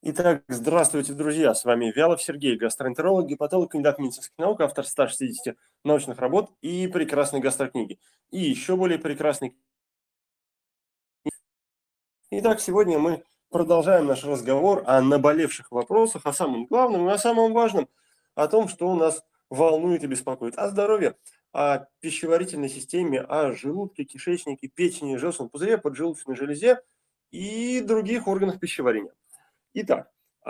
Итак, здравствуйте, друзья! С вами Вялов Сергей, гастроэнтеролог, гепатолог, кандидат медицинских наук, автор 160 научных работ и прекрасной гастрокниги. И еще более прекрасной. Итак, сегодня мы продолжаем наш разговор о наболевших вопросах, о самом главном и о самом важном, о том, что нас волнует и беспокоит. О здоровье, о пищеварительной системе, о желудке, кишечнике, печени, желчном пузыре, поджелудочной железе и других органах пищеварения. Итак,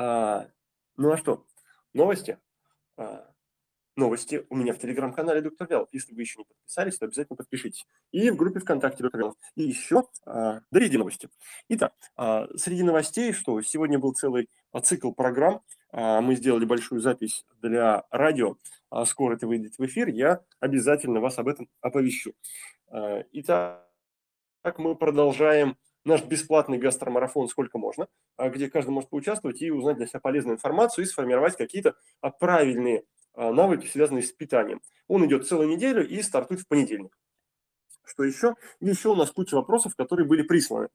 ну а что? Новости. А, Новости у меня в телеграм-канале Доктор Вялов. Если вы еще не подписались, то обязательно подпишитесь. И в группе ВКонтакте Доктор Вялов. И еще другие новости. Итак, среди новостей, что сегодня был целый цикл программ. Мы сделали большую запись для радио. Скоро это выйдет в эфир. Я обязательно вас об этом оповещу. Итак, мы продолжаем наш бесплатный гастромарафон «Сколько можно», где каждый может поучаствовать и узнать для себя полезную информацию и сформировать какие-то правильные навыки, связанные с питанием. Он идет целую неделю и стартует в понедельник. Что еще? Еще у нас куча вопросов, которые были присланы.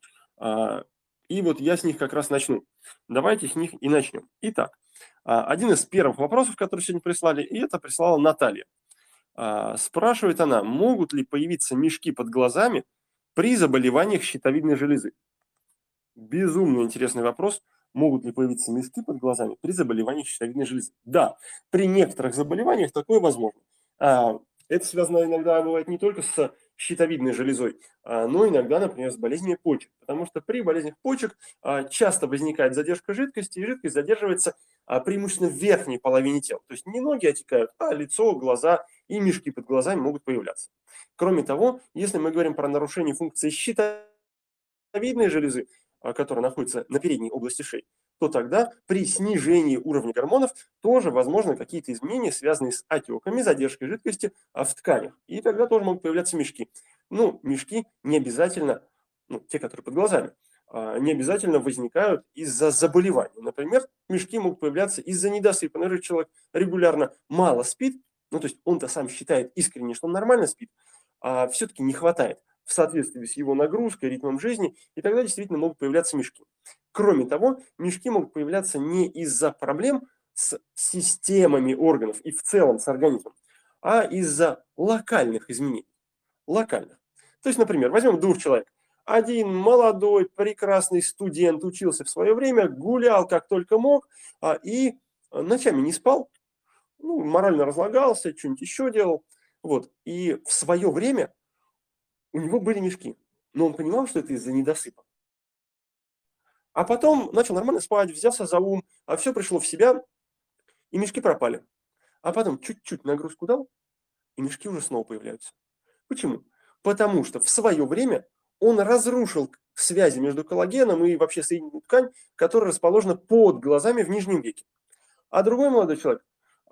И вот я с них как раз начну. Давайте с них и начнем. Итак, один из первых вопросов, которые сегодня прислали, и это прислала Наталья. Спрашивает она, могут ли появиться мешки под глазами при заболеваниях щитовидной железы? Безумно интересный вопрос. Могут ли появиться мешки под глазами при заболеваниях щитовидной железы? Да, при некоторых заболеваниях такое возможно. Это связано иногда бывает не только с щитовидной железой, но иногда, например, с болезнями почек. Потому что при болезнях почек часто возникает задержка жидкости, и жидкость задерживается преимущественно в верхней половине тела. То есть не ноги отекают, а лицо, глаза и мешки под глазами могут появляться. Кроме того, если мы говорим про нарушение функции щитовидной железы, которая находится на передней области шеи, то тогда при снижении уровня гормонов тоже возможны какие-то изменения, связанные с отеками, задержкой жидкости в тканях. И тогда тоже могут появляться мешки. Ну, мешки не обязательно, те, которые под глазами, не обязательно возникают из-за заболеваний. Например, мешки могут появляться из-за недосыпа. Например, человек регулярно мало спит, то есть он-то сам считает искренне, что он нормально спит, а все-таки не хватает в соответствии с его нагрузкой, ритмом жизни, и тогда действительно могут появляться мешки. Кроме того, мешки могут появляться не из-за проблем с системами органов и в целом с организмом, а из-за локальных изменений. Локальных. То есть, например, возьмем двух человек. Один молодой, прекрасный студент, учился в свое время, гулял как только мог и ночами не спал, морально разлагался, что-нибудь еще делал. Вот. И в свое время у него были мешки, но он понимал, что это из-за недосыпа. А потом начал нормально спать, взялся за ум, все пришло в себя, и мешки пропали. А потом чуть-чуть нагрузку дал, и мешки уже снова появляются. Почему? Потому что в свое время он разрушил связи между коллагеном и вообще соединительной ткань, которая расположена под глазами в нижнем веке. А другой молодой человек,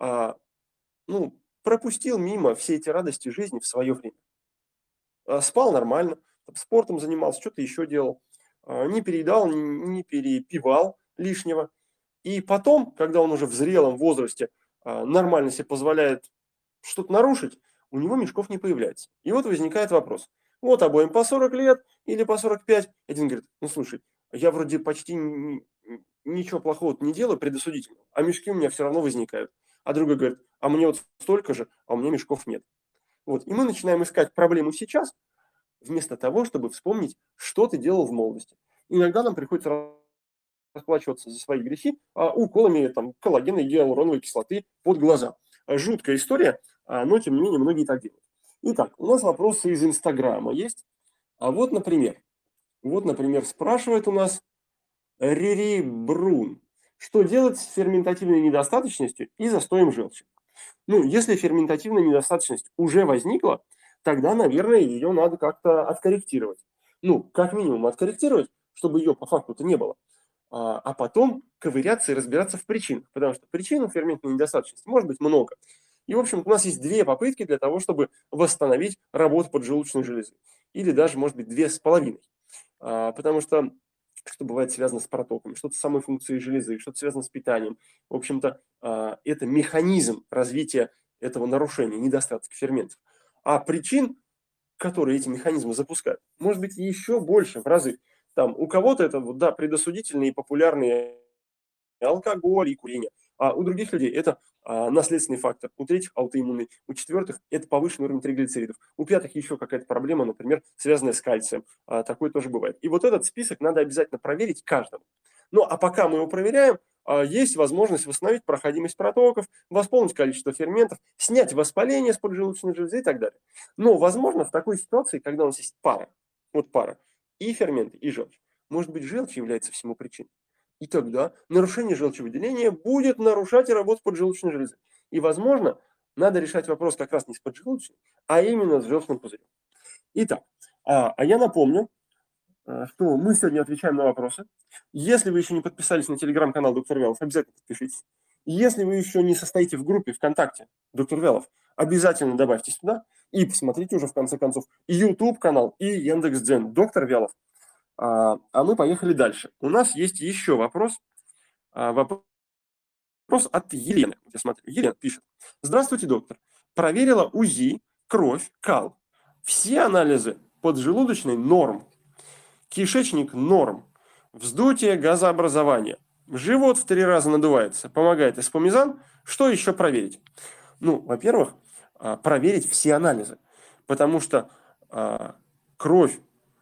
пропустил мимо все эти радости жизни в свое время. Спал нормально, спортом занимался, что-то еще делал, не переедал, не перепивал лишнего. И потом, когда он уже в зрелом возрасте нормально себе позволяет что-то нарушить, у него мешков не появляется. И вот возникает вопрос. Вот обоим по 40 лет или по 45. Один говорит, слушай, я вроде почти ничего плохого не делаю предосудительного, а мешки у меня все равно возникают. А другой говорит, а мне вот столько же, а у меня мешков нет. Вот. И мы начинаем искать проблему сейчас, вместо того, чтобы вспомнить, что ты делал в молодости. Иногда нам приходится расплачиваться за свои грехи уколами коллагена и гиалуроновой кислоты под глаза. Жуткая история, но тем не менее многие так делают. Итак, у нас вопросы из Инстаграма есть. Вот, например, спрашивает у нас Рири Брун. Что делать с ферментативной недостаточностью и застоем желчи? Если ферментативная недостаточность уже возникла, тогда, наверное, ее надо как-то откорректировать. Как минимум откорректировать, чтобы ее по факту-то не было. А потом ковыряться и разбираться в причинах. Потому что причин ферментной недостаточности может быть много. И, в общем, у нас есть две попытки для того, чтобы восстановить работу поджелудочной железы. Или даже, может быть, 2,5. Потому что бывает связано с протоками, что-то с самой функцией железы, что-то связано с питанием. В общем-то, это механизм развития этого нарушения, недостатка ферментов. А причин, которые эти механизмы запускают, может быть еще больше в разы. У кого-то это предосудительные и популярные алкоголь и курение. А у других людей это наследственный фактор, у третьих аутоиммунный, у четвертых это повышенный уровень триглицеридов, у пятых еще какая-то проблема, например, связанная с кальцием. Такое тоже бывает. И вот этот список надо обязательно проверить каждому. Ну а пока мы его проверяем, есть возможность восстановить проходимость протоков, восполнить количество ферментов, снять воспаление с поджелудочной железы и так далее. Но, возможно, в такой ситуации, когда у нас есть пара, и ферменты, и желчь, может быть, желчь является всему причиной. И тогда нарушение желчевыделения будет нарушать и работу поджелудочной железы. И, возможно, надо решать вопрос как раз не с поджелудочной, а именно с желчным пузырем. Итак, я напомню, что мы сегодня отвечаем на вопросы. Если вы еще не подписались на телеграм-канал Доктор Вялов, обязательно подпишитесь. Если вы еще не состоите в группе ВКонтакте Доктор Вялов, обязательно добавьтесь туда и посмотрите уже в конце концов и YouTube-канал, и Яндекс.Дзен Доктор Вялов. А мы поехали дальше. У нас есть еще вопрос. Вопрос от Елены. Я смотрю, Елена пишет. Здравствуйте, доктор. Проверила УЗИ, кровь, кал. Все анализы поджелудочной норм. Кишечник норм. Вздутие, газообразование. Живот в 3 раза надувается. Помогает эспумизан. Что еще проверить? Ну, во-первых, проверить все анализы. Потому что кровь,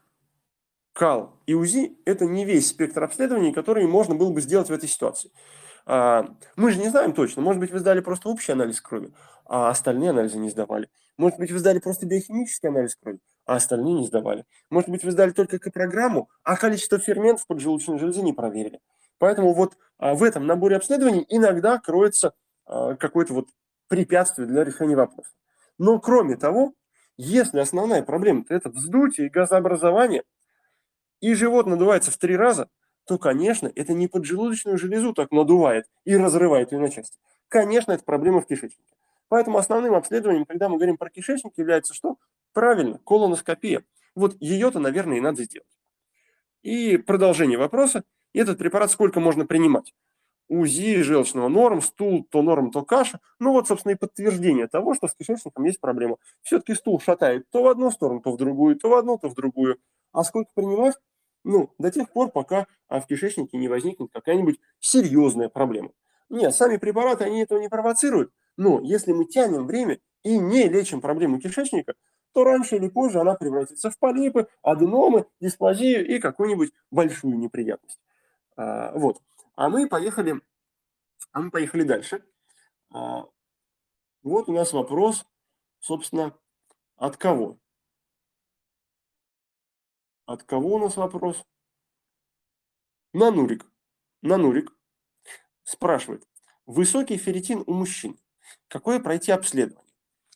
кал и УЗИ – это не весь спектр обследований, который можно было бы сделать в этой ситуации. Мы же не знаем точно. Может быть, вы сдали просто общий анализ крови, а остальные анализы не сдавали. Может быть, вы сдали просто биохимический анализ крови, а остальные не сдавали. Может быть, вы сдали только программу, а количество ферментов поджелудочной железы не проверили. Поэтому вот в этом наборе обследований иногда кроется какое-то вот препятствие для решения вопроса. Но кроме того, если основная проблема – это вздутие и газообразование, и живот надувается в 3 раза, то, конечно, это не поджелудочную железу так надувает и разрывает ее на части. Конечно, это проблема в кишечнике. Поэтому основным обследованием, когда мы говорим про кишечник, является что? Правильно, колоноскопия. Вот ее-то, наверное, и надо сделать. И продолжение вопроса. Этот препарат сколько можно принимать? УЗИ желчного норм, стул то норм, то каша. Ну вот, собственно, и подтверждение того, что с кишечником есть проблема. Все-таки стул шатает то в одну сторону, то в другую, то в одну, то в другую. А сколько принимать? Ну, до тех пор, пока в кишечнике не возникнет какая-нибудь серьезная проблема. Нет, сами препараты, они этого не провоцируют. Но если мы тянем время и не лечим проблему кишечника, то раньше или позже она превратится в полипы, аденомы, дисплазию и какую-нибудь большую неприятность. Вот. А мы поехали дальше. Вот у нас вопрос, собственно, от кого? От кого у нас вопрос? Нанурик спрашивает. Высокий ферритин у мужчин. Какое пройти обследование?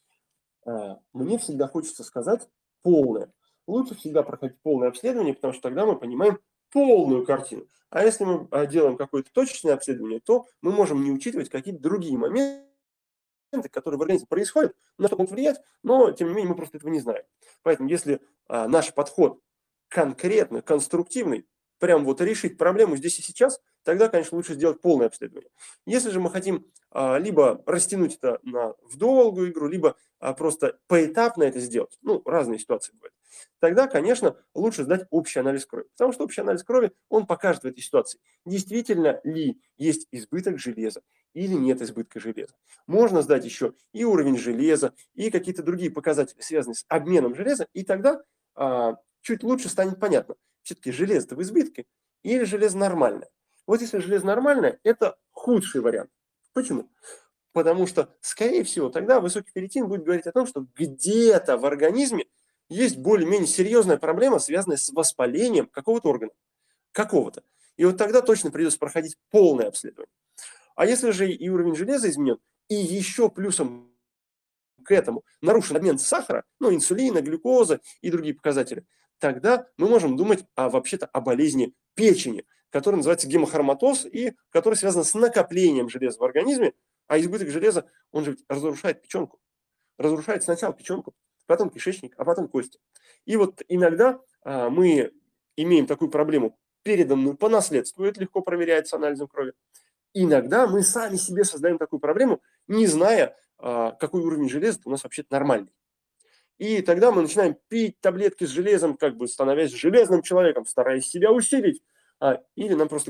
Мне всегда хочется сказать полное. Лучше всегда проходить полное обследование, потому что тогда мы понимаем полную картину. А если мы делаем какое-то точечное обследование, то мы можем не учитывать какие-то другие моменты, которые в организме происходят, на что могут влиять, но, тем не менее, мы просто этого не знаем. Поэтому, если наш подход конкретно, конструктивный, прям вот решить проблему здесь и сейчас, тогда, конечно, лучше сделать полное обследование. Если же мы хотим либо растянуть это в долгую игру, либо просто поэтапно это сделать, ну, разные ситуации бывают, тогда, конечно, лучше сдать общий анализ крови. Потому что общий анализ крови, он покажет в этой ситуации, действительно ли есть избыток железа или нет избытка железа. Можно сдать еще и уровень железа, и какие-то другие показатели, связанные с обменом железа, и тогда чуть лучше станет понятно, все-таки железо-то в избытке или железо нормальное. Вот если железо нормальное, это худший вариант. Почему? Потому что, скорее всего, тогда высокий ферритин будет говорить о том, что где-то в организме есть более-менее серьезная проблема, связанная с воспалением какого-то органа. Какого-то. И вот тогда точно придется проходить полное обследование. А если же и уровень железа изменен, и еще плюсом к этому нарушен обмен сахара, ну, инсулина, глюкоза и другие показатели, тогда мы можем думать вообще-то о болезни печени, которая называется гемохроматоз и которая связана с накоплением железа в организме, а избыток железа, он же разрушает печенку. Разрушает сначала печенку, потом кишечник, а потом кости. И вот иногда мы имеем такую проблему, переданную по наследству, это легко проверяется анализом крови. Иногда мы сами себе создаем такую проблему, не зная, какой уровень железа у нас вообще-то нормальный. И тогда мы начинаем пить таблетки с железом, как бы становясь железным человеком, стараясь себя усилить. Или нам просто говорят,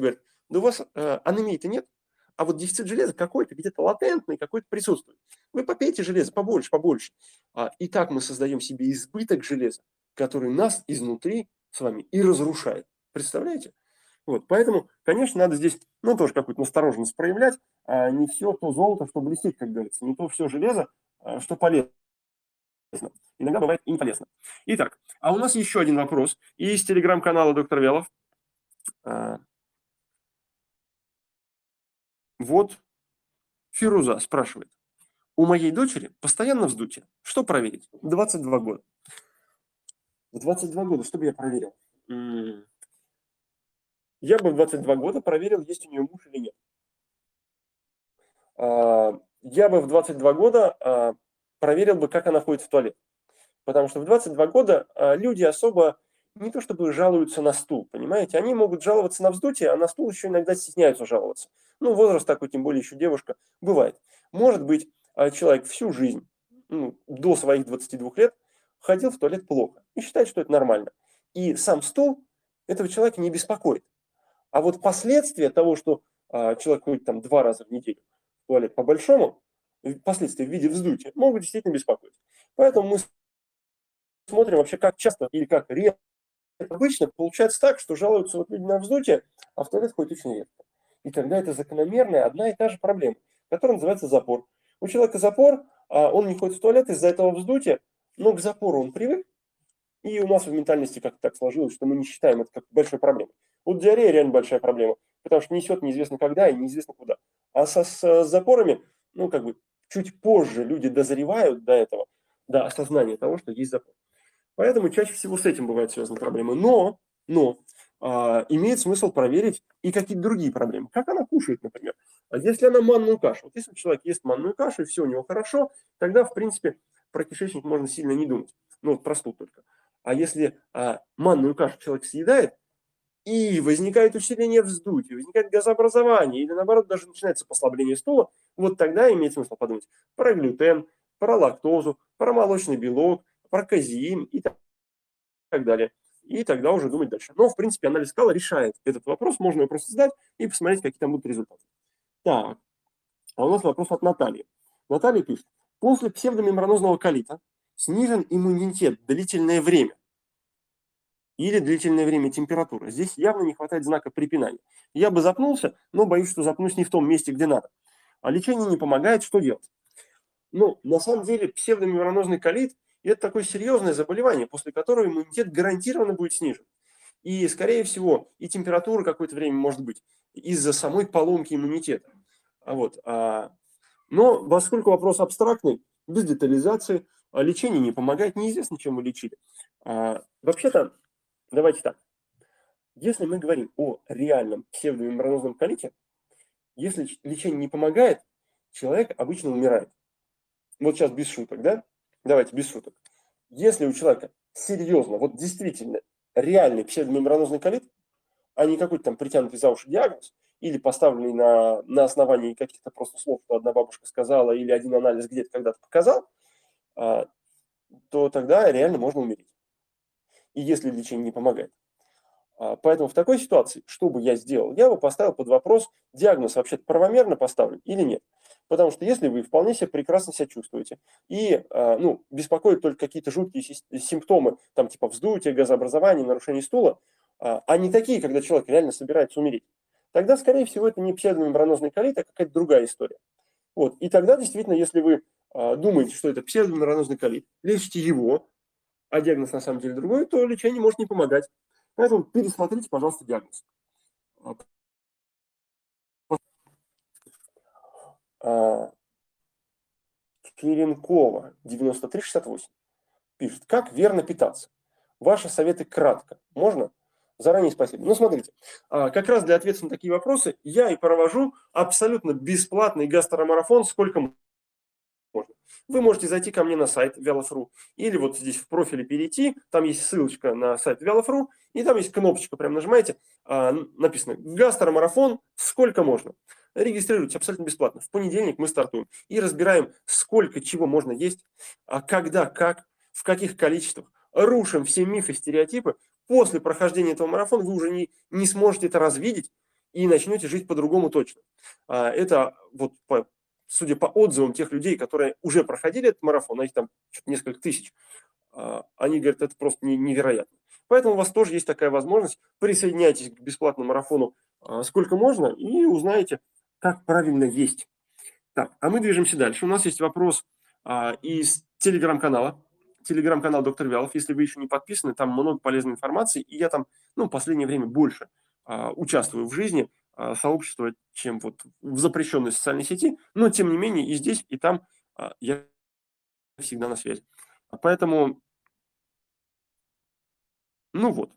да у вас анемии-то нет, а вот дефицит железа какой-то, где-то латентный, какой-то присутствует. Вы попейте железо побольше, побольше. И так мы создаем себе избыток железа, который нас изнутри с вами и разрушает. Представляете? Вот, поэтому, конечно, надо здесь, ну, тоже какую-то настороженность проявлять, а не все то золото, что блестит, как говорится, не то все железо, что полезно. Иногда бывает и не полезно. Итак, а у нас еще один вопрос из телеграм-канала «Доктор Велов». Вот Фируза спрашивает. У моей дочери постоянно вздутие. Что проверить? 22 года. В 22 года что бы я проверил? Я бы в 22 года проверил, есть у нее муж или нет. Я бы в 22 года проверил бы, как она ходит в туалет. Потому что в 22 года люди особо не то чтобы жалуются на стул, понимаете? Они могут жаловаться на вздутие, а на стул еще иногда стесняются жаловаться. Ну, возраст такой, тем более еще девушка, бывает. Может быть, человек всю жизнь, до своих 22 лет, ходил в туалет плохо и считает, что это нормально. И сам стул этого человека не беспокоит. А вот последствия того, что человек ходит там 2 раза в неделю в туалет по-большому, последствия в виде вздутия могут действительно беспокоить. Поэтому мы смотрим вообще, как часто или как редко. Обычно получается так, что жалуются вот люди на вздутие, а в туалет ходит очень редко. И тогда это закономерная одна и та же проблема, которая называется запор. У человека запор, он не ходит в туалет из-за этого вздутия, но к запору он привык, и у нас в ментальности как-то так сложилось, что мы не считаем это как большой проблемой. Вот диарея реально большая проблема, потому что несет неизвестно когда и неизвестно куда. А с запорами, как бы чуть позже люди дозревают до этого, до осознания того, что есть запор. Поэтому чаще всего с этим бывают связаны проблемы. Но имеет смысл проверить и какие-то другие проблемы. Как она кушает, например. Если она манную кашу. Вот если человек ест манную кашу, и все у него хорошо, тогда, в принципе, про кишечник можно сильно не думать. Про стул только. А если манную кашу человек съедает, и возникает усиление вздутия, возникает газообразование, или наоборот даже начинается послабление стула, вот тогда имеет смысл подумать про глютен, про лактозу, про молочный белок, про казеин и так далее. И тогда уже думать дальше. Но, в принципе, анализ кала решает этот вопрос. Можно его просто сдать и посмотреть, какие там будут результаты. Так, а у нас вопрос от Натальи. Наталья пишет. После псевдомембранозного колита снижен иммунитет длительное время или длительное время температура. Здесь явно не хватает знака препинания. Я бы запнулся, но боюсь, что запнусь не в том месте, где надо. А лечение не помогает, что делать? На самом деле псевдомембранозный колит – это такое серьезное заболевание, после которого иммунитет гарантированно будет снижен. И, скорее всего, и температура какое-то время может быть из-за самой поломки иммунитета. Но поскольку вопрос абстрактный, без детализации, лечение не помогает, неизвестно, чем вы лечили. Вообще-то, давайте так. Если мы говорим о реальном псевдомембранозном колите, если лечение не помогает, человек обычно умирает. Вот сейчас без шуток, да? Давайте без шуток. Если у человека серьезно, вот действительно реальный псевдомембранозный колит, а не какой-то там притянутый за уши диагноз, или поставленный на основании каких-то просто слов, что одна бабушка сказала, или один анализ где-то когда-то показал, то тогда реально можно умереть. И если лечение не помогает. Поэтому в такой ситуации, что бы я сделал? Я бы поставил под вопрос, диагноз вообще-то правомерно поставлен или нет. Потому что если вы вполне себе прекрасно себя чувствуете и беспокоят только какие-то жуткие симптомы, там типа вздутие, газообразование, нарушение стула, а не такие, когда человек реально собирается умереть, тогда, скорее всего, это не псевдомембранозный колит, а какая-то другая история. Вот. И тогда, действительно, если вы думаете, что это псевдомембранозный колит, лечите его, а диагноз на самом деле другой, то лечение может не помогать. Поэтому пересмотрите, пожалуйста, диагноз. Черенкова, 9368, пишет, как верно питаться? Ваши советы кратко. Можно? Заранее спасибо. Смотрите, как раз для ответа на такие вопросы я и провожу абсолютно бесплатный гастромарафон, сколько можно. Вы можете зайти ко мне на сайт Велов.ру или вот здесь в профиле перейти, там есть ссылочка на сайт Велов.ру, и там есть кнопочка, прям нажимаете, написано «Гастромарафон, сколько можно». Регистрируйтесь абсолютно бесплатно. В понедельник мы стартуем и разбираем, сколько чего можно есть, когда, как, в каких количествах. Рушим все мифы, стереотипы. После прохождения этого марафона вы уже не сможете это развидеть, и начнете жить по-другому точно. Это вот судя по отзывам тех людей, которые уже проходили этот марафон, а их там несколько тысяч, они говорят, это просто невероятно. Поэтому у вас тоже есть такая возможность. Присоединяйтесь к бесплатному марафону сколько можно и узнаете, как правильно есть. Так, а мы движемся дальше. У нас есть вопрос из телеграм-канала. Телеграм-канал «Доктор Вялов». Если вы еще не подписаны, там много полезной информации. И я там, в последнее время больше участвую в жизни сообщества, чем вот в запрещенной социальной сети. Но, тем не менее, и здесь, и там я всегда на связи. Поэтому, вот.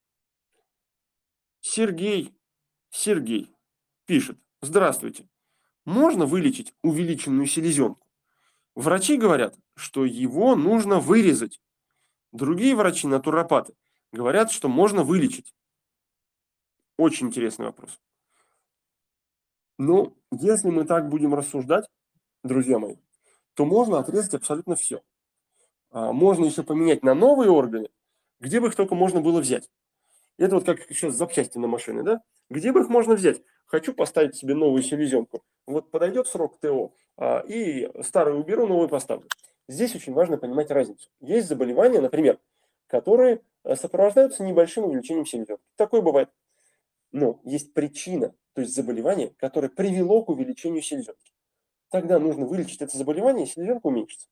Сергей пишет. Здравствуйте. Можно вылечить увеличенную селезенку? Врачи говорят, что его нужно вырезать. Другие врачи, натуропаты, говорят, что можно вылечить. Очень интересный вопрос. Но если мы так будем рассуждать, друзья мои, то можно отрезать абсолютно все. Можно еще поменять на новые органы, где бы их только можно было взять. Это вот как сейчас запчасти на машины, да? Где бы их можно взять? Хочу поставить себе новую селезенку. Вот подойдет срок ТО, и старую уберу, новую поставлю. Здесь очень важно понимать разницу. Есть заболевания, например, которые сопровождаются небольшим увеличением селезенки. Такое бывает. Но есть причина, то есть заболевание, которое привело к увеличению селезенки. Тогда нужно вылечить это заболевание, и селезенка уменьшится.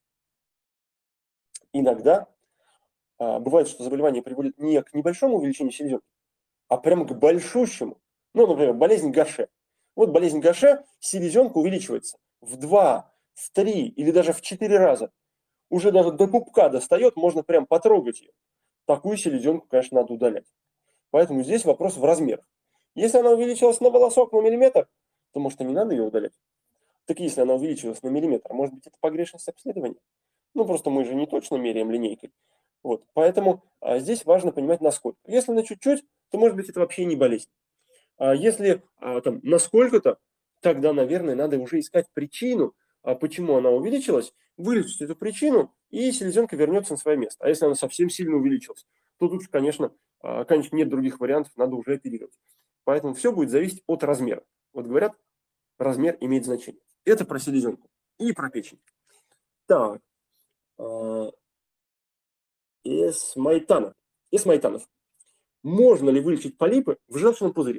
Иногда бывает, что заболевание приводит не к небольшому увеличению селезенки, а прямо к большущему. Например, болезнь Гаше. Вот болезнь Гаше, селезенка увеличивается в 2, в 3 или даже в 4 раза. Уже даже до пупка достает, можно прям потрогать ее. Такую селезенку, конечно, надо удалять. Поэтому здесь вопрос в размерах. Если она увеличилась на волосок, на миллиметр, то, может, и не надо ее удалять. Так если она увеличилась на миллиметр, может быть, это погрешность обследования? Просто мы же не точно меряем линейкой. Вот. Поэтому здесь важно понимать, насколько. Если на чуть-чуть, то, может быть, это вообще не болезнь. Если там насколько-то, тогда, наверное, надо уже искать причину, почему она увеличилась, вылечить эту причину, и селезенка вернется на свое место. А если она совсем сильно увеличилась, то тут, конечно, нет других вариантов, надо уже оперировать. Поэтому все будет зависеть от размера. Вот говорят, размер имеет значение. Это про селезенку и про печень. Так. Эсмайтанов. Можно ли вылечить полипы в желчном пузыре?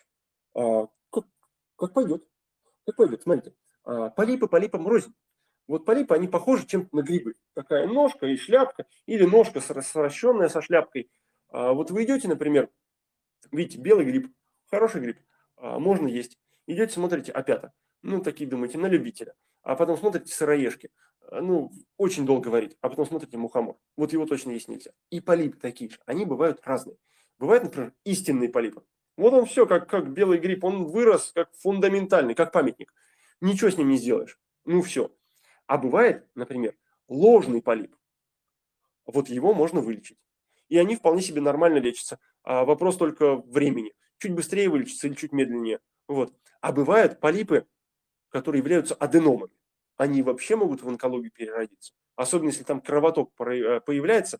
Как пойдет. Смотрите. Полипам рознь. Вот полипы, они похожи чем-то на грибы. Такая ножка и шляпка, или ножка сращенная со шляпкой. Вот вы идете, например, видите, белый гриб, хороший гриб, можно есть. Идете, смотрите, опята. Такие думаете, на любителя. А потом смотрите сыроежки. Очень долго варить. А потом смотрите мухомор. Вот его точно есть нельзя. И полипы такие же. Они бывают разные. Бывают, например, истинные полипы. Вот он все, как белый гриб. Он вырос как фундаментальный, как памятник. Ничего с ним не сделаешь. Все. А бывает, например, ложный полип. Вот его можно вылечить. И они вполне себе нормально лечатся. Вопрос только времени. Чуть быстрее вылечится или чуть медленнее. Вот. А бывают полипы, которые являются аденомами. Они вообще могут в онкологию переродиться. Особенно, если там кровоток появляется.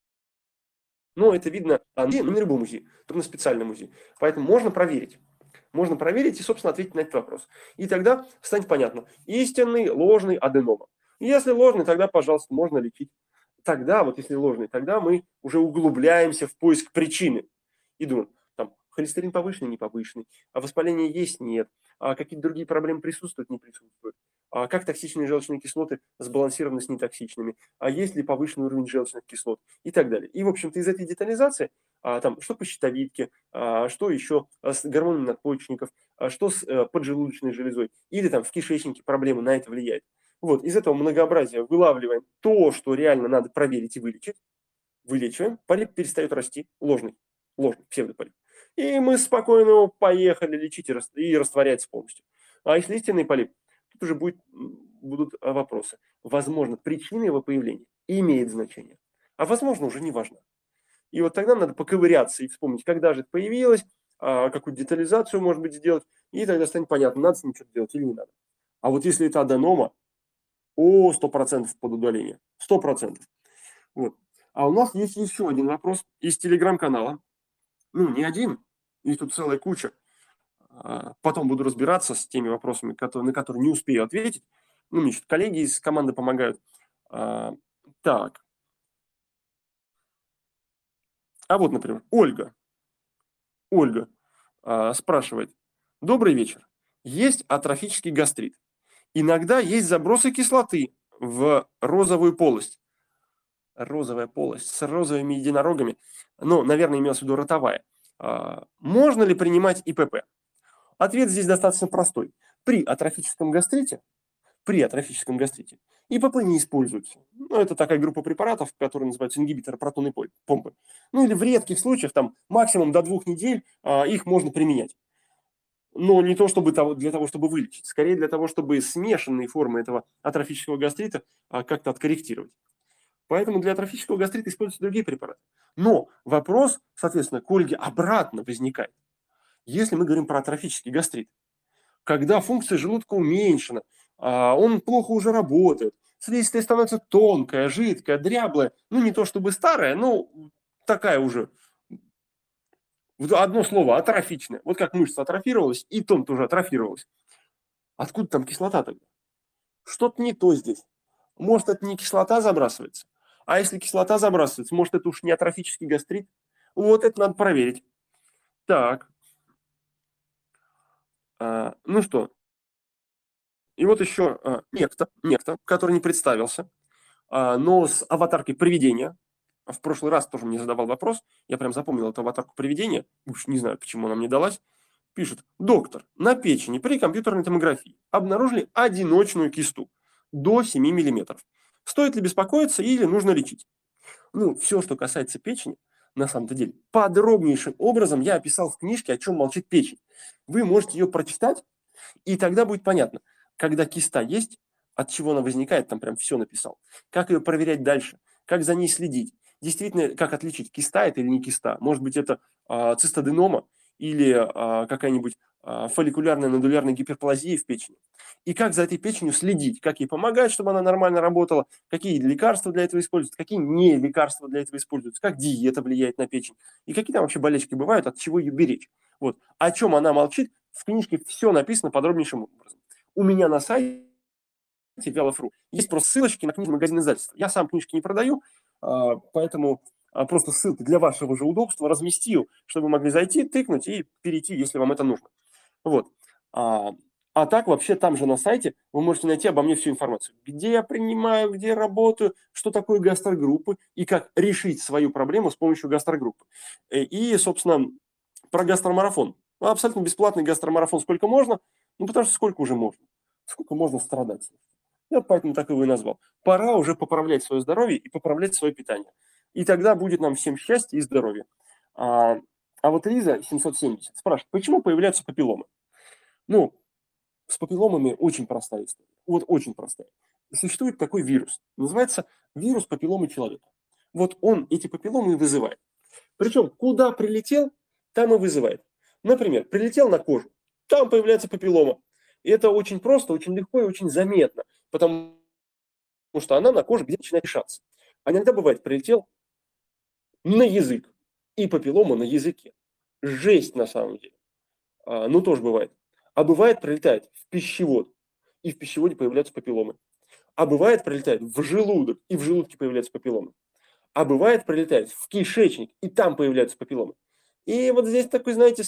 Но это видно не на любом УЗИ, только на специальном УЗИ. Поэтому можно проверить. Можно проверить и, собственно, ответить на этот вопрос. И тогда станет понятно, истинный, ложный аденома. Если ложный, тогда, пожалуйста, можно лечить. Тогда, вот если ложный, тогда мы уже углубляемся в поиск причины. И думаем, там, холестерин повышенный, не повышенный, а воспаление есть, нет, а какие-то другие проблемы присутствуют, не присутствуют, а как токсичные желчные кислоты сбалансированы с нетоксичными, а есть ли повышенный уровень желчных кислот и так далее. И, в общем-то, из этой детализации, там, что по щитовидке, что еще с гормонами надпочечников, что с поджелудочной железой, или там в кишечнике проблемы на это влияют. Вот, из этого многообразия вылавливаем то, что реально надо проверить и вылечить, вылечиваем, полип перестает расти, ложный псевдополип. И мы спокойно его поехали лечить и растворяется полностью. А если истинный полип, тут уже будут вопросы. Возможно, причина его появления имеет значение, а возможно, уже не важно. И вот тогда надо поковыряться и вспомнить, когда же это появилось, какую детализацию, может быть, сделать, и тогда станет понятно, надо с ним что-то делать или не надо. А вот если это аденома, 100% под удаление. 100%. Вот. А у нас есть еще один вопрос из телеграм-канала. Не один, их тут целая куча. Потом буду разбираться с теми вопросами, на которые не успею ответить. Ну, мне коллеги из команды помогают. Так. А вот, например, Ольга спрашивает. Добрый вечер. Есть атрофический гастрит. Иногда есть забросы кислоты в розовую полость. Розовая полость с розовыми единорогами. Ну, наверное, имелось в виду ротовая. Можно ли принимать ИПП? Ответ здесь достаточно простой. При атрофическом гастрите ИПП не используется. Ну, это такая группа препаратов, которые называются ингибиторы протонной помпы. Ну, или в редких случаях, там, максимум до 2 недель их можно применять. Но не то чтобы для того, чтобы вылечить. Скорее для того, чтобы смешанные формы этого атрофического гастрита как-то откорректировать. Поэтому для атрофического гастрита используются другие препараты. Но вопрос, соответственно, к Ольге обратно возникает. Если мы говорим про атрофический гастрит, когда функция желудка уменьшена, он плохо уже работает, слизистая становится тонкая, жидкая, дряблая, ну не то чтобы старая, но такая уже, одно слово, атрофичная. Вот как мышца атрофировалась, и тон тоже атрофировалась. Откуда там кислота тогда? Что-то не то здесь. Может, это не кислота забрасывается? А если кислота забрасывается, может, это уж не атрофический гастрит? Вот это надо проверить. Так. Ну что, и вот еще некто, который не представился, но с аватаркой привидения. В прошлый раз тоже мне задавал вопрос. Я прям запомнил эту аватарку привидения. Уж не знаю, почему она мне далась. Пишет: доктор, на печени при компьютерной томографии обнаружили одиночную кисту до 7 миллиметров. Стоит ли беспокоиться или нужно лечить? Ну, все, что касается печени, на самом-то деле, подробнейшим образом я описал в книжке «О чем молчит печень». Вы можете ее прочитать, и тогда будет понятно, когда киста есть, от чего она возникает, там прям все написал, как ее проверять дальше, как за ней следить, действительно, как отличить, киста это или не киста. Может быть, это цистоденома или какая-нибудь фолликулярная нодулярная гиперплазия в печени. И как за этой печенью следить, как ей помогать, чтобы она нормально работала, какие лекарства для этого используются, какие не лекарства для этого используются, как диета влияет на печень, и какие там вообще болячки бывают, от чего ее беречь. Вот. О чем она молчит, в книжке все написано подробнейшим образом. У меня на сайте Велов.ру есть просто ссылочки на книжный магазин издательства. Я сам книжки не продаю, поэтому просто ссылки для вашего же удобства разместил, чтобы вы могли зайти, тыкнуть и перейти, если вам это нужно. Вот. А так вообще там же на сайте вы можете найти обо мне всю информацию. Где я принимаю, где работаю, что такое гастрогруппы и как решить свою проблему с помощью гастрогруппы. И, собственно, про гастромарафон. Абсолютно бесплатный гастромарафон сколько можно, ну потому что сколько уже можно. Сколько можно страдать. Я поэтому так его и назвал. Пора уже поправлять свое здоровье и поправлять свое питание. И тогда будет нам всем счастье и здоровье. А вот Лиза 770 спрашивает, почему появляются папилломы? Ну, с папилломами очень простая история. Вот очень простая. Существует такой вирус. Называется вирус папилломы человека. Вот он эти папилломы и вызывает. Причем куда прилетел, там и вызывает. Например, прилетел на кожу, там появляется папиллома. И это очень просто, очень легко и очень заметно. Потому что она на коже где начинает решаться. А иногда бывает, прилетел на язык. И папиллома на языке. Жесть на самом деле. Ну, тоже бывает. А бывает, прилетает в пищевод, и в пищеводе появляются папилломы. А бывает, прилетает в желудок, и в желудке появляются папилломы. А бывает, прилетает в кишечник, и там появляются папилломы. И вот здесь такой, знаете,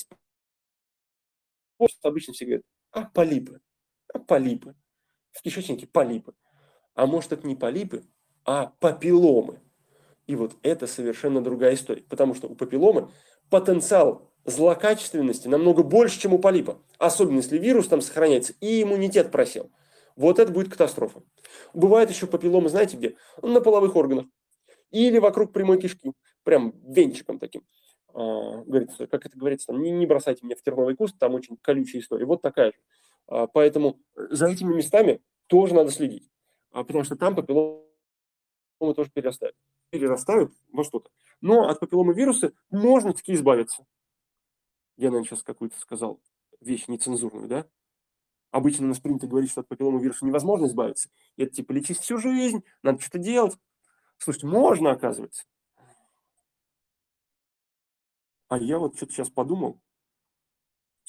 обычно все говорят, полипы. В кишечнике полипы. А может, это не полипы, а папилломы. И вот это совершенно другая история. Потому что у папилломы потенциал злокачественности намного больше, чем у полипа. Особенно если вирус там сохраняется и иммунитет просел. Вот это будет катастрофа. Бывает еще папилломы, знаете где? На половых органах. Или вокруг прямой кишки. Прям венчиком таким. Говорится, как это говорится, там, не бросайте меня в терновый куст, там очень колючая история. Вот такая же. Поэтому за этими местами тоже надо следить. Потому что там папилломы тоже перерастают во что-то. Но от папилломы вируса можно таки избавиться. Я, наверное, сейчас какую-то сказал вещь нецензурную, да? Обычно нас принято говорить, что от папилломы вируса невозможно избавиться. И это типа лечить всю жизнь, надо что-то делать. Слушайте, можно, оказывается. А я вот что-то сейчас подумал.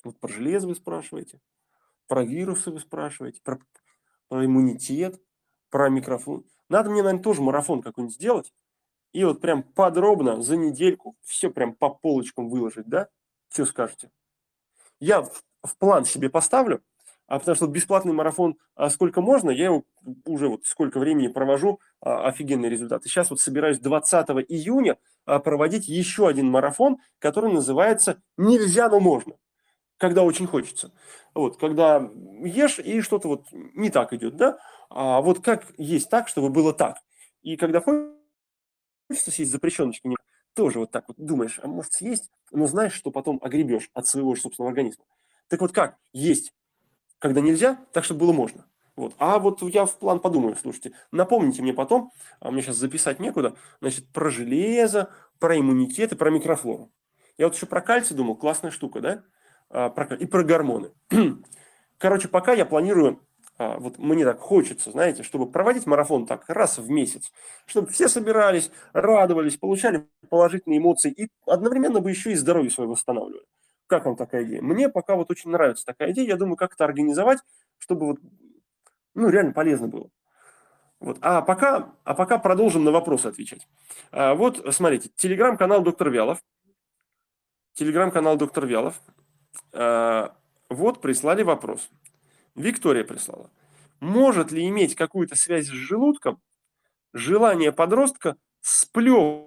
Вот про железо вы спрашиваете, про вирусы вы спрашиваете, про иммунитет, про микрофон. Надо мне, наверное, тоже марафон какой-нибудь сделать и вот прям подробно за недельку все прям по полочкам выложить, да? Что скажете? Я в план себе поставлю, потому что бесплатный марафон сколько можно, я его уже вот сколько времени провожу, офигенные результаты. Сейчас вот собираюсь 20 июня проводить еще один марафон, который называется «Нельзя, но можно», когда очень хочется. Вот, когда ешь и что-то вот не так идет, да? А вот как есть так, чтобы было так. И когда хочется съесть запрещеночки, тоже вот так вот думаешь, а может съесть, но знаешь, что потом огребешь от своего же собственного организма. Так вот как есть, когда нельзя, так, чтобы было можно. Вот. А вот я в план подумаю, слушайте, напомните мне потом, а мне сейчас записать некуда, значит, про железо, про иммунитет и про микрофлору. Я вот еще про кальций думал, классная штука, да? И про гормоны. Короче, пока я планирую, вот мне так хочется, знаете, чтобы проводить марафон так раз в месяц, чтобы все собирались, радовались, получали положительные эмоции и одновременно бы еще и здоровье свое восстанавливали. Как вам такая идея? Мне пока вот очень нравится такая идея. Я думаю, как это организовать, чтобы вот, ну, реально полезно было. Вот. А пока продолжим на вопросы отвечать. Вот, смотрите, телеграм-канал Доктор Вялов. Телеграм-канал Доктор Вялов. Вот прислали вопрос. Виктория прислала. Может ли иметь какую-то связь с желудком желание подростка сплевывать?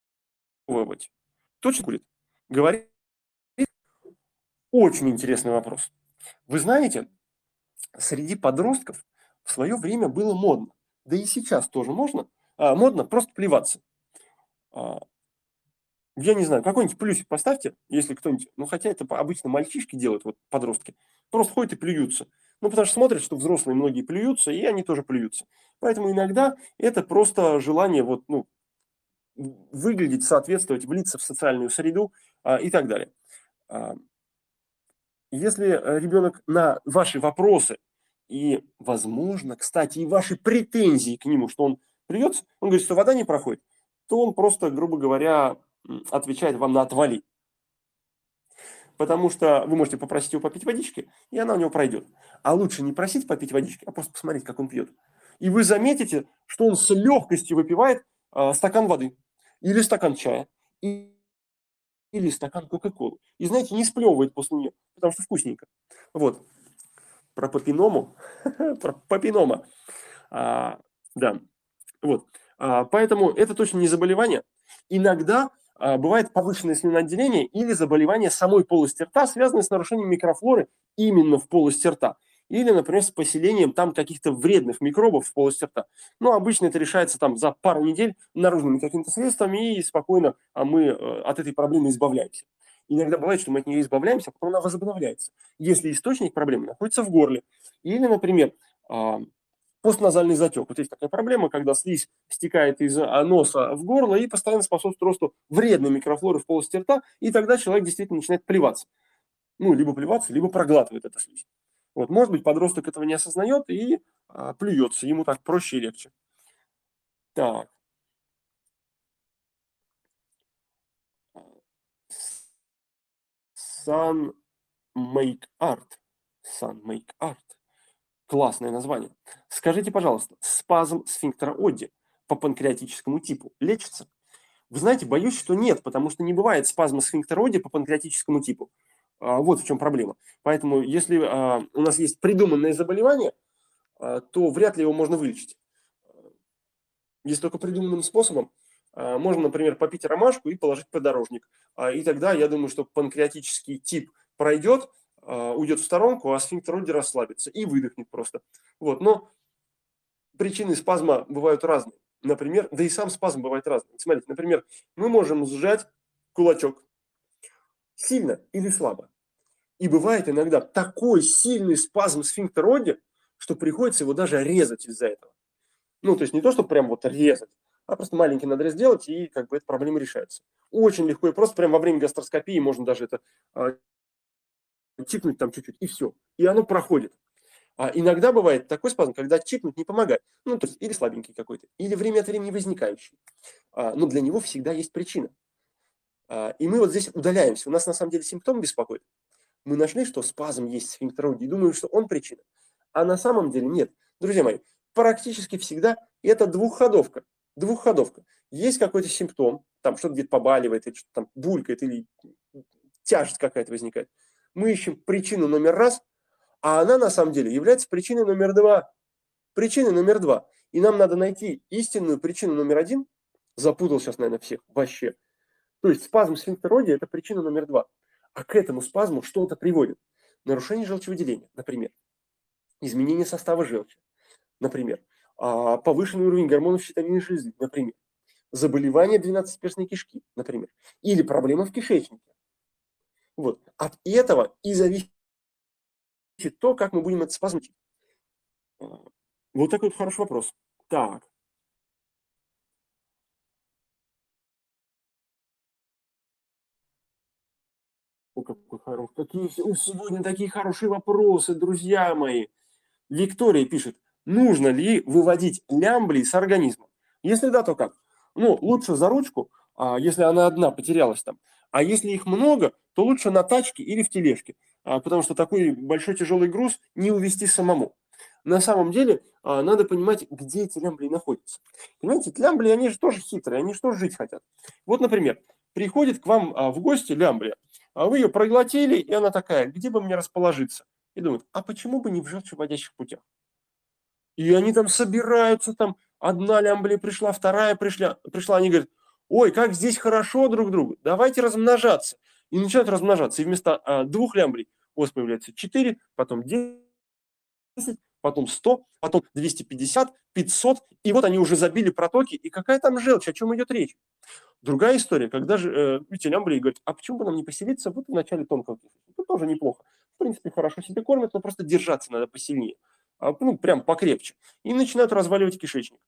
Точно курит? Говорит, очень интересный вопрос. Вы знаете, среди подростков в свое время было модно, да и сейчас тоже модно просто плеваться. Я не знаю, какой-нибудь плюсик поставьте, если кто-нибудь, ну хотя это обычно мальчишки делают, вот подростки, просто ходят и плюются. Ну потому что смотрят, что взрослые многие плюются, и они тоже плюются. Поэтому иногда это просто желание вот, ну, выглядеть, соответствовать, влиться в социальную среду и так далее. Если ребенок на ваши вопросы и, возможно, кстати, и ваши претензии к нему, что он плюется, он говорит, что вода не проходит, то он просто, грубо говоря, отвечает вам на «отвали». Потому что вы можете попросить его попить водички, и она у него пройдет. А лучше не просить попить водички, а просто посмотреть, как он пьет. И вы заметите, что он с легкостью выпивает стакан воды, или стакан чая, или стакан Кока-Колы. И, знаете, не сплевывает после нее, потому что вкусненько. Вот. Про папиному. Про папинома. Да. Вот. Поэтому это точно не заболевание. Иногда бывает повышенное слюноотделение или заболевание самой полости рта, связанное с нарушением микрофлоры именно в полости рта. Или, например, с поселением там каких-то вредных микробов в полости рта. Но обычно это решается там за пару недель наружными какими-то средствами, и спокойно мы от этой проблемы избавляемся. Иногда бывает, что мы от нее избавляемся, а потом она возобновляется, если источник проблемы находится в горле. Или, например, постназальный затек. Вот есть такая проблема, когда слизь стекает из носа в горло и постоянно способствует росту вредной микрофлоры в полости рта, и тогда человек действительно начинает плеваться. Ну, либо плеваться, либо проглатывает эту слизь. Вот, может быть, подросток этого не осознает и плюется. Ему так проще и легче. Так. Sun Make Art. Sun Make Art. Классное название. Скажите, пожалуйста, спазм сфинктера Одди по панкреатическому типу лечится? Вы знаете, боюсь, что нет, потому что не бывает спазма сфинктера Одди по панкреатическому типу. Вот в чем проблема. Поэтому, если у нас есть придуманное заболевание, то вряд ли его можно вылечить. Если только придуманным способом, можно, например, попить ромашку и положить подорожник. И тогда, я думаю, что панкреатический тип пройдет, уйдет в сторонку, а сфинктер Одди расслабится и выдохнет просто. Вот. Но причины спазма бывают разные. Например, да и сам спазм бывает разный. Смотрите, например, мы можем сжать кулачок сильно или слабо. И бывает иногда такой сильный спазм сфинктера Одди, что приходится его даже резать из-за этого. Ну, то есть не то, что прям вот резать, а просто маленький надрез делать, и как бы эта проблема решается. Очень легко и просто прям во время гастроскопии можно даже это чикнуть там чуть-чуть, и все. И оно проходит. А иногда бывает такой спазм, когда чикнуть не помогает. Ну, то есть или слабенький какой-то, или время от времени возникающий. Но для него всегда есть причина. И мы вот здесь удаляемся. У нас на самом деле симптомы беспокоят. Мы нашли, что спазм есть в сфинктероиде и думаем, что он причина. А на самом деле нет. Друзья мои, практически всегда это двухходовка. Двухходовка. Есть какой-то симптом, там что-то где-то побаливает, или что-то там булькает, или тяжесть какая-то возникает. Мы ищем причину номер раз, а она на самом деле является причиной номер два. Причиной номер два. И нам надо найти истинную причину номер один. Запутал сейчас, наверное, всех вообще. То есть спазм сфинктероида – это причина номер два. А к этому спазму что-то приводит. Нарушение желчевыделения, например. Изменение состава желчи, например. Повышенный уровень гормонов щитовидной железы, например. Заболевание двенадцатиперстной кишки, например. Или проблемы в кишечнике. Вот. От этого и зависит то, как мы будем этот спазм лечить. Вот такой вот хороший вопрос. Так. О, какой хороший. Какие сегодня такие хорошие вопросы, друзья мои. Виктория пишет, нужно ли выводить лямблии с организма? Если да, то как? Ну, лучше за ручку, если она одна потерялась там. А если их много, то лучше на тачке или в тележке, потому что такой большой тяжелый груз не увезти самому. На самом деле, надо понимать, где эти лямблии находятся. Понимаете, лямблии, они же тоже хитрые, они же тоже жить хотят. Вот, например, приходит к вам в гости лямблия, а вы ее проглотили, и она такая, где бы мне расположиться? И думают, а почему бы не в желчевыводящих путях? И они там собираются, там одна лямблия пришла, вторая пришла, они говорят, ой, как здесь хорошо друг другу, давайте размножаться. И начинают размножаться. И вместо двух лямблей у вас появляется 4, потом 10, потом 100, потом 250, 500. И вот они уже забили протоки. И какая там желчь, о чем идет речь? Другая история, когда же эти лямблии говорят, а почему бы нам не поселиться вот в начале тонкого кишечника? Это тоже неплохо. В принципе, хорошо себя кормят, но просто держаться надо посильнее. Ну, прям покрепче. И начинают разваливать кишечник.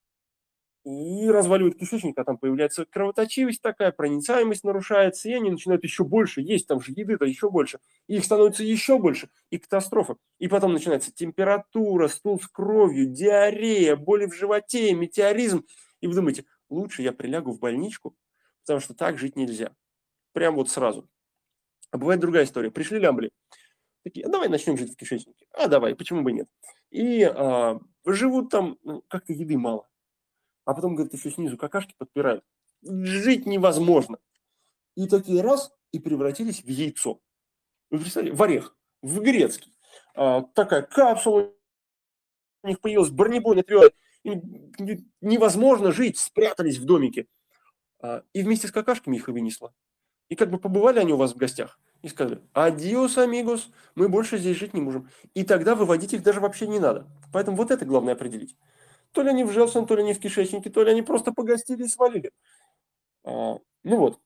И разваливают кишечник, а там появляется кровоточивость такая, проницаемость нарушается, и они начинают еще больше есть, там же еды-то еще больше. И их становится еще больше, и катастрофа. И потом начинается температура, стул с кровью, диарея, боли в животе, метеоризм. И вы думаете, лучше я прилягу в больничку, потому что так жить нельзя. Прям вот сразу. А бывает другая история. Пришли лямбли, такие, а давай начнем жить в кишечнике. А давай, почему бы нет? И живут там, как-то еды мало. А потом, говорит, еще снизу какашки подпирают. Жить невозможно. И такие раз, и превратились в яйцо. Вы представляете? В орех, в грецкий. Такая капсула у них появилась, бронебойный твердый. Невозможно жить, спрятались в домике. И вместе с какашками их и вынесло. И как бы побывали они у вас в гостях и сказали, адиос, амигос, мы больше здесь жить не можем. И тогда выводить их даже вообще не надо. Поэтому вот это главное определить. То ли они в желчном, то ли они в кишечнике, то ли они просто погостили и свалили. Ну вот.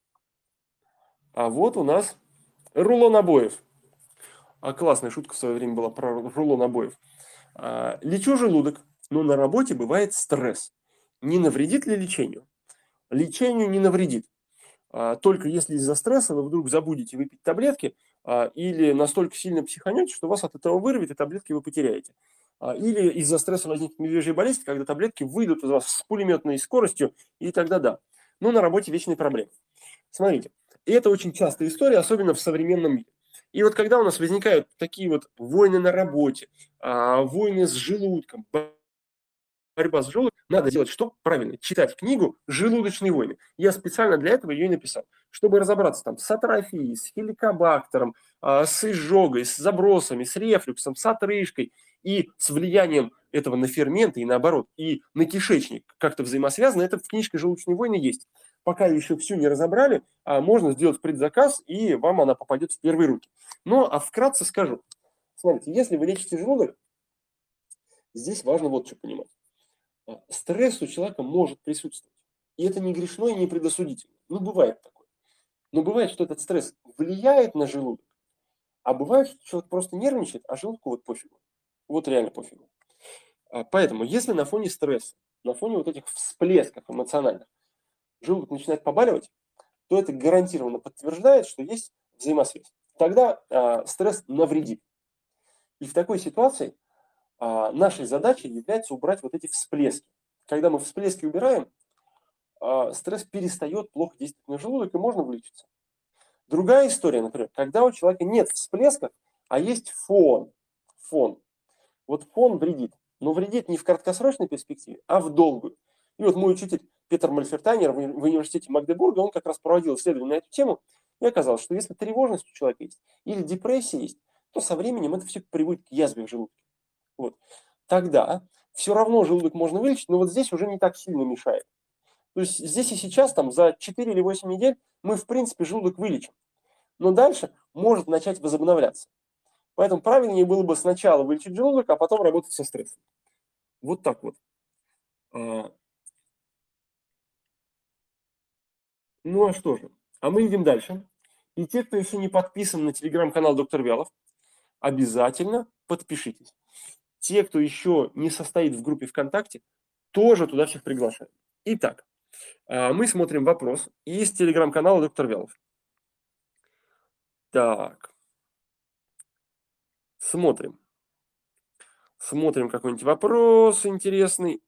А вот у нас рулон обоев. Классная шутка в свое время была про рулон обоев. Лечу желудок, но на работе бывает стресс. Не навредит ли лечению? Лечению не навредит. Только если из-за стресса вы вдруг забудете выпить таблетки или настолько сильно психанете, что вас от этого вырвет, и таблетки вы потеряете. Или из-за стресса возникнет медвежья болезнь, когда таблетки выйдут из вас с пулеметной скоростью, и тогда да. Но на работе вечные проблемы. Смотрите, и это очень частая история, особенно в современном мире. И вот когда у нас возникают такие вот войны на работе, войны с желудком, борьба с желудком, надо делать что? Правильно, читать книгу «Желудочные войны». Я специально для этого ее и написал, чтобы разобраться там с атрофией, с хеликобактером, с изжогой, с забросами, с рефлюксом, с отрыжкой и с влиянием этого на ферменты и наоборот, и на кишечник как-то взаимосвязано. Это в книжке «Желудочные войны» есть. Пока еще всю не разобрали, можно сделать предзаказ, и вам она попадет в первые руки. Но вкратце скажу. Смотрите, если вы лечите желудок, здесь важно вот что понимать. Стресс у человека может присутствовать. И это не грешно и не предосудительно. Ну, бывает такое. Но бывает, что этот стресс влияет на желудок, а бывает, что человек просто нервничает, а желудку вот пофигу. Вот реально пофигу. Поэтому, если на фоне стресса, на фоне вот этих всплесков эмоциональных, желудок начинает побаливать, то это гарантированно подтверждает, что есть взаимосвязь. Тогда стресс навредит. И в такой ситуации нашей задачей является убрать вот эти всплески. Когда мы всплески убираем, стресс перестает плохо действовать на желудок, и можно вылечиться. Другая история, например, когда у человека нет всплесков, а есть фон. Фон. Вот фон вредит. Но вредит не в краткосрочной перспективе, а в долгую. И вот мой учитель Петр Мальфертайнер в университете Магдебурга, он как раз проводил исследование на эту тему, и оказалось, что если тревожность у человека есть или депрессия есть, то со временем это все приводит к язве в желудке. Вот. Тогда все равно желудок можно вылечить, но вот здесь уже не так сильно мешает. То есть здесь и сейчас, там, за 4 или 8 недель мы, в принципе, желудок вылечим. Но дальше может начать возобновляться. Поэтому правильнее было бы сначала вылечить желудок, а потом работать со стрессом. Вот так вот. Ну а что же? А мы идем дальше. И те, кто еще не подписан на телеграм-канал Доктор Вялов, обязательно подпишитесь. Те, кто еще не состоит в группе ВКонтакте, тоже туда всех приглашаю. Итак, мы смотрим вопрос из телеграм-канала Доктор Вялов. Так. Смотрим. Смотрим какой-нибудь вопрос интересный.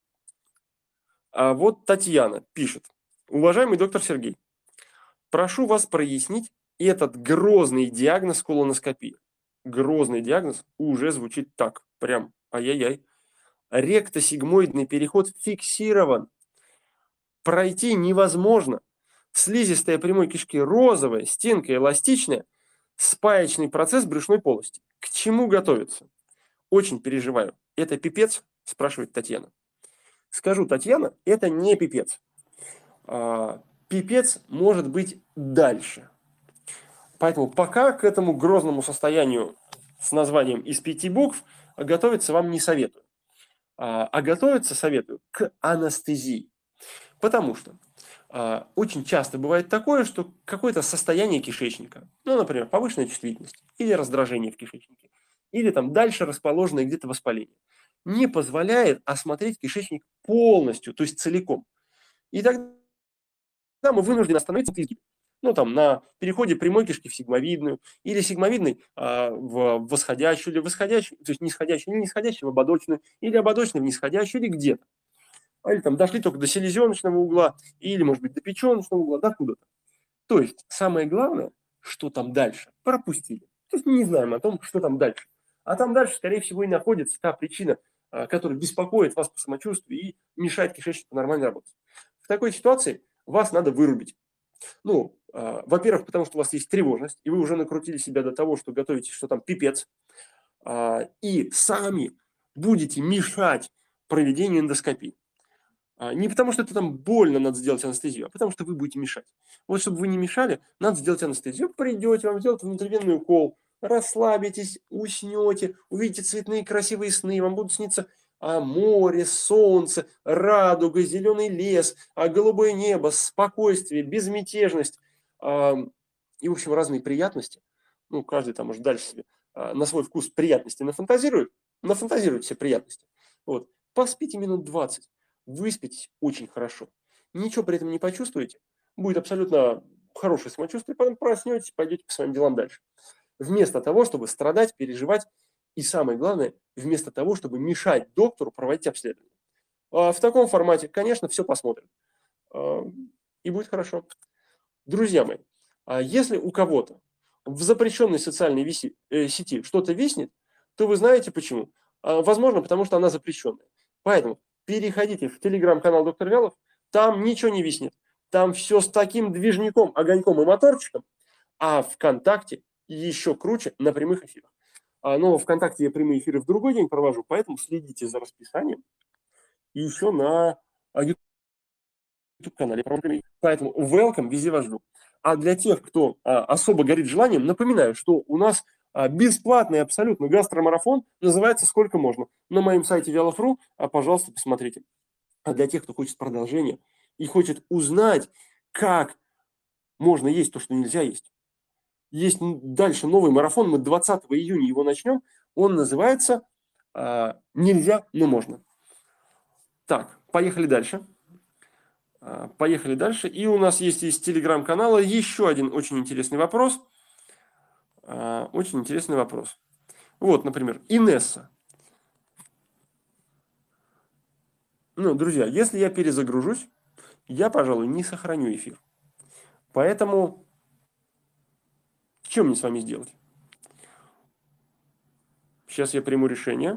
А вот Татьяна пишет. Уважаемый доктор Сергей, прошу вас прояснить этот грозный диагноз колоноскопии. Грозный диагноз уже звучит так. Прям ай-яй-яй. Ректосигмоидный переход фиксирован. Пройти невозможно. Слизистая прямой кишки розовая, стенка эластичная, спаечный процесс брюшной полости. К чему готовиться? Очень переживаю. Это пипец? Спрашивает Татьяна. Скажу, Татьяна, это не пипец. Пипец может быть дальше. Поэтому пока к этому грозному состоянию с названием из 5 букв готовиться вам не советую. А готовиться советую к анестезии. Потому что очень часто бывает такое, что какое-то состояние кишечника, ну, например, повышенная чувствительность или раздражение в кишечнике, или там дальше расположенное где-то воспаление, не позволяет осмотреть кишечник полностью, то есть целиком. И тогда мы вынуждены остановиться ну, там, на переходе прямой кишки в сигмовидную, или сигмовидной в восходящую, или восходящую, то есть нисходящую, или нисходящую в ободочную, или ободочную в нисходящую, или где-то. Или там дошли только до селезеночного угла, или, может быть, до печеночного угла, до куда-то. То есть самое главное, что там дальше, пропустили. То есть мы не знаем о том, что там дальше. А там дальше, скорее всего, и находится та причина, которая беспокоит вас по самочувствию и мешает кишечнику нормально работать. В такой ситуации вас надо вырубить. Ну, во-первых, потому что у вас есть тревожность, и вы уже накрутили себя до того, что готовите, что там пипец, и сами будете мешать проведению эндоскопии. Не потому, что это там больно, надо сделать анестезию, а потому, что вы будете мешать. Вот чтобы вы не мешали, надо сделать анестезию. Придете, вам сделают внутривенный укол, расслабитесь, уснете, увидите цветные красивые сны, вам будут сниться море, солнце, радуга, зеленый лес, голубое небо, спокойствие, безмятежность и, в общем, разные приятности. Ну, каждый там может дальше себе на свой вкус приятности нафантазирует все приятности. Вот. Поспите минут 20. Выспитесь очень хорошо. Ничего при этом не почувствуете. Будет абсолютно хорошее самочувствие. Потом проснетесь, пойдете по своим делам дальше. Вместо того, чтобы страдать, переживать. И самое главное, вместо того, чтобы мешать доктору проводить обследование. В таком формате, конечно, все посмотрим. И будет хорошо. Друзья мои, если у кого-то в запрещенной социальной сети что-то виснет, то вы знаете почему. Возможно, потому что она запрещенная. Поэтому переходите в телеграм-канал Доктор Вялов, там ничего не виснет. Там все с таким движником, огоньком и моторчиком, а ВКонтакте еще круче на прямых эфирах. Но ВКонтакте я прямые эфиры в другой день провожу, поэтому следите за расписанием. И еще на YouTube-канале. Поэтому welcome, везде вас жду. А для тех, кто особо горит желанием, напоминаю, что у нас бесплатный абсолютно гастромарафон, называется «Сколько можно». На моем сайте Вялов.ру, пожалуйста, посмотрите. А для тех, кто хочет продолжения и хочет узнать, как можно есть то, что нельзя есть. Есть дальше новый марафон, мы 20 июня его начнем. Он называется «Нельзя, но можно». Так, поехали дальше. Поехали дальше. И у нас есть из телеграм-канала еще один очень интересный вопрос. Очень интересный вопрос. Вот, например, Инесса. Ну, друзья, если я перезагружусь, я, пожалуй, не сохраню эфир. Поэтому Чем мне с вами сделать? Сейчас я приму решение.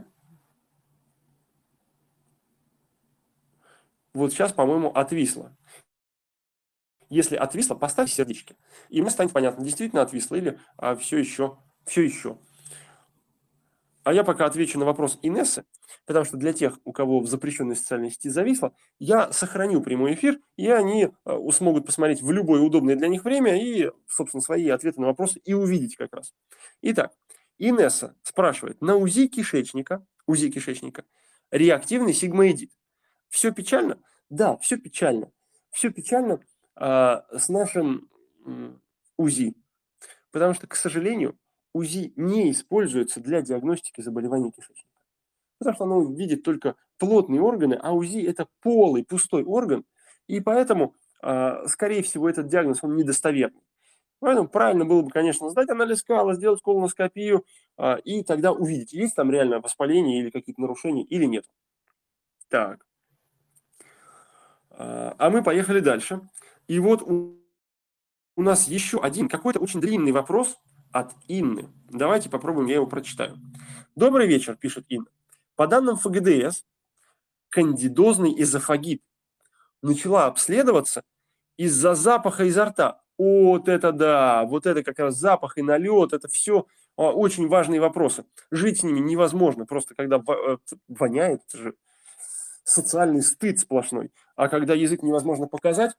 Вот сейчас, по-моему, отвисло. Если отвисло, поставь сердечки. И мне станет понятно, действительно отвисло или все еще. А я пока отвечу на вопрос Инессы, потому что для тех, у кого в запрещенной социальной сети зависло, я сохраню прямой эфир, и они смогут посмотреть в любое удобное для них время и, собственно, свои ответы на вопросы и увидеть как раз. Итак, Инесса спрашивает, на УЗИ кишечника реактивный сигмоидит. Все печально? Да, все печально. Все печально с нашим УЗИ. Потому что, к сожалению, УЗИ не используется для диагностики заболеваний кишечника. Потому что оно видит только плотные органы, а УЗИ – это полый, пустой орган. И поэтому, скорее всего, этот диагноз он недостоверный. Поэтому правильно было бы, конечно, сдать анализ кала, сделать колоноскопию, и тогда увидеть, есть там реально воспаление или какие-то нарушения или нет. Так. А мы поехали дальше. И вот у нас еще один какой-то очень длинный вопрос от Инны. Давайте попробуем, я его прочитаю. Добрый вечер, пишет Инна. По данным ФГДС, кандидозный эзофагит начала обследоваться из-за запаха изо рта. Вот это да, вот это как раз запах и налет, это все очень важные вопросы. Жить с ними невозможно, просто когда воняет, это же социальный стыд сплошной. А когда язык невозможно показать,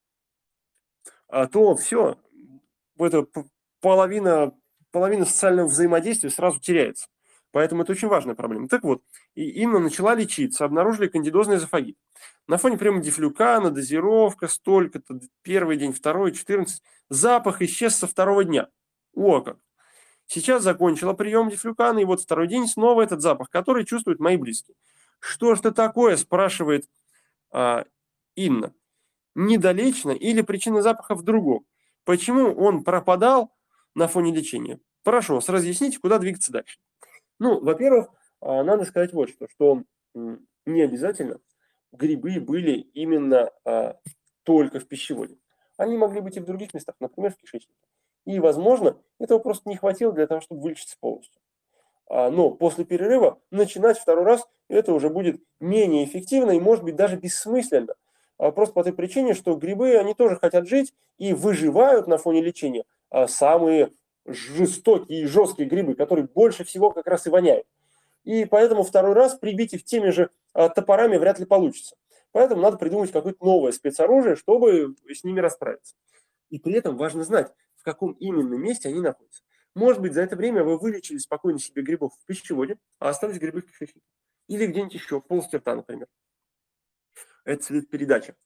то все, это половина социального взаимодействия сразу теряется. Поэтому это очень важная проблема. Так вот, и Инна начала лечиться, обнаружили кандидозный эзофагит. На фоне приема дифлюкана, дозировка, столько-то, первый день, второй, 14. Запах исчез со второго дня. О как! Сейчас закончила прием дифлюкана, и вот второй день снова этот запах, который чувствуют мои близкие. Что ж это такое, спрашивает Инна. Недолечно или причина запаха в другом? Почему он пропадал на фоне лечения? Прошу вас, разъясните, куда двигаться дальше. Ну, во-первых, надо сказать вот что не обязательно грибы были именно только в пищеводе. Они могли быть и в других местах, например, в кишечнике. И, возможно, этого просто не хватило для того, чтобы вылечиться полностью. Но после перерыва начинать второй раз это уже будет менее эффективно и, может быть, даже бессмысленно. Просто по той причине, что грибы, они тоже хотят жить и выживают на фоне лечения. Самые жестокие и жесткие грибы, которые больше всего как раз и воняют. И поэтому второй раз прибить их теми же топорами вряд ли получится. Поэтому надо придумать какое-то новое спецоружие, чтобы с ними расправиться. И при этом важно знать, в каком именно месте они находятся. Может быть, за это время вы вылечили спокойно себе грибов в пищеводе, а остались грибы в кишечнике. Или где-нибудь еще, в полости рта, например. Это цветопередача.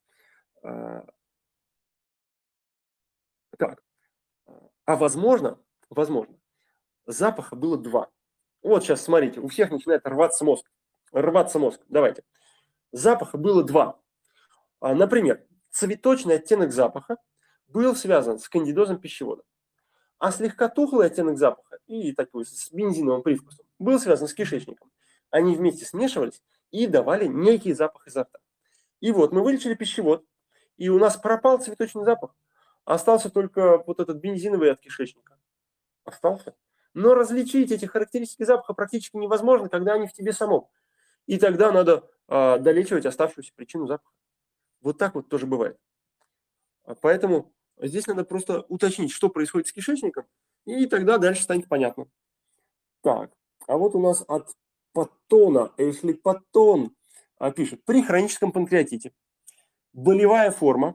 Так. А возможно, запаха было два. Вот сейчас, смотрите, у всех начинает рваться мозг. Давайте. Запаха было два. Например, цветочный оттенок запаха был связан с кандидозом пищевода. А слегка тухлый оттенок запаха и такой с бензиновым привкусом был связан с кишечником. Они вместе смешивались и давали некий запах изо рта. И вот мы вылечили пищевод, и у нас пропал цветочный запах. Остался только вот этот бензиновый от кишечника. Остался. Но различить эти характеристики запаха практически невозможно, когда они в тебе самом. И тогда надо долечивать оставшуюся причину запаха. Вот так вот тоже бывает. Поэтому здесь надо просто уточнить, что происходит с кишечником, и тогда дальше станет понятно. Так, а вот у нас от Паттона, Эшли Паттон пишет. При хроническом панкреатите болевая форма,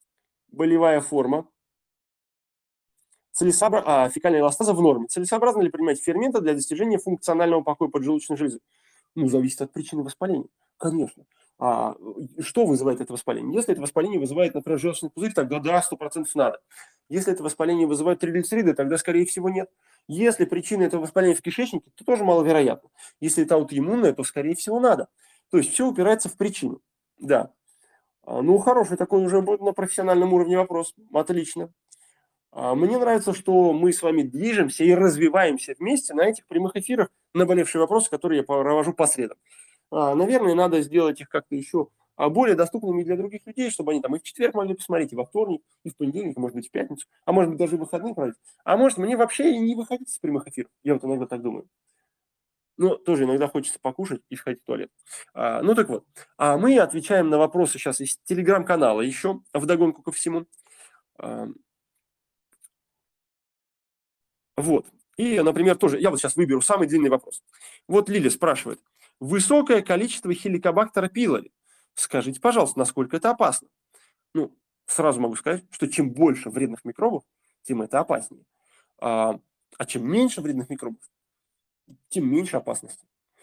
фекальная эластаза в норме. Целесообразно ли принимать ферменты для достижения функционального покоя поджелудочной железы? Ну, зависит от причины воспаления. Конечно. Что вызывает это воспаление? Если это воспаление вызывает, например, желчный пузырь, тогда да, 100% надо. Если это воспаление вызывает триглицериды, тогда, скорее всего, нет. Если причина этого воспаления в кишечнике, то тоже маловероятно. Если это аутоиммунное, то, скорее всего, надо. То есть все упирается в причину. Да. Ну, хороший такой уже будет на профессиональном уровне вопрос. Отлично. Мне нравится, что мы с вами движемся и развиваемся вместе на этих прямых эфирах, наболевшие вопросы, которые я провожу по средам. Наверное, надо сделать их как-то еще более доступными для других людей, чтобы они там и в четверг могли посмотреть, и во вторник, и в понедельник, и, может быть, в пятницу, а может быть, даже и выходные проводить. А может, мне вообще и не выходить с прямых эфиров. Я вот иногда так думаю. Но тоже иногда хочется покушать и сходить в туалет. Ну так вот, мы отвечаем на вопросы сейчас из телеграм-канала еще, вдогонку ко всему. Вот. И, например, тоже, я вот сейчас выберу самый длинный вопрос. Вот Лиля спрашивает. Высокое количество хеликобактера пилори. Скажите, пожалуйста, насколько это опасно? Ну, сразу могу сказать, что чем больше вредных микробов, тем это опаснее. А чем меньше вредных микробов, тем меньше опасности.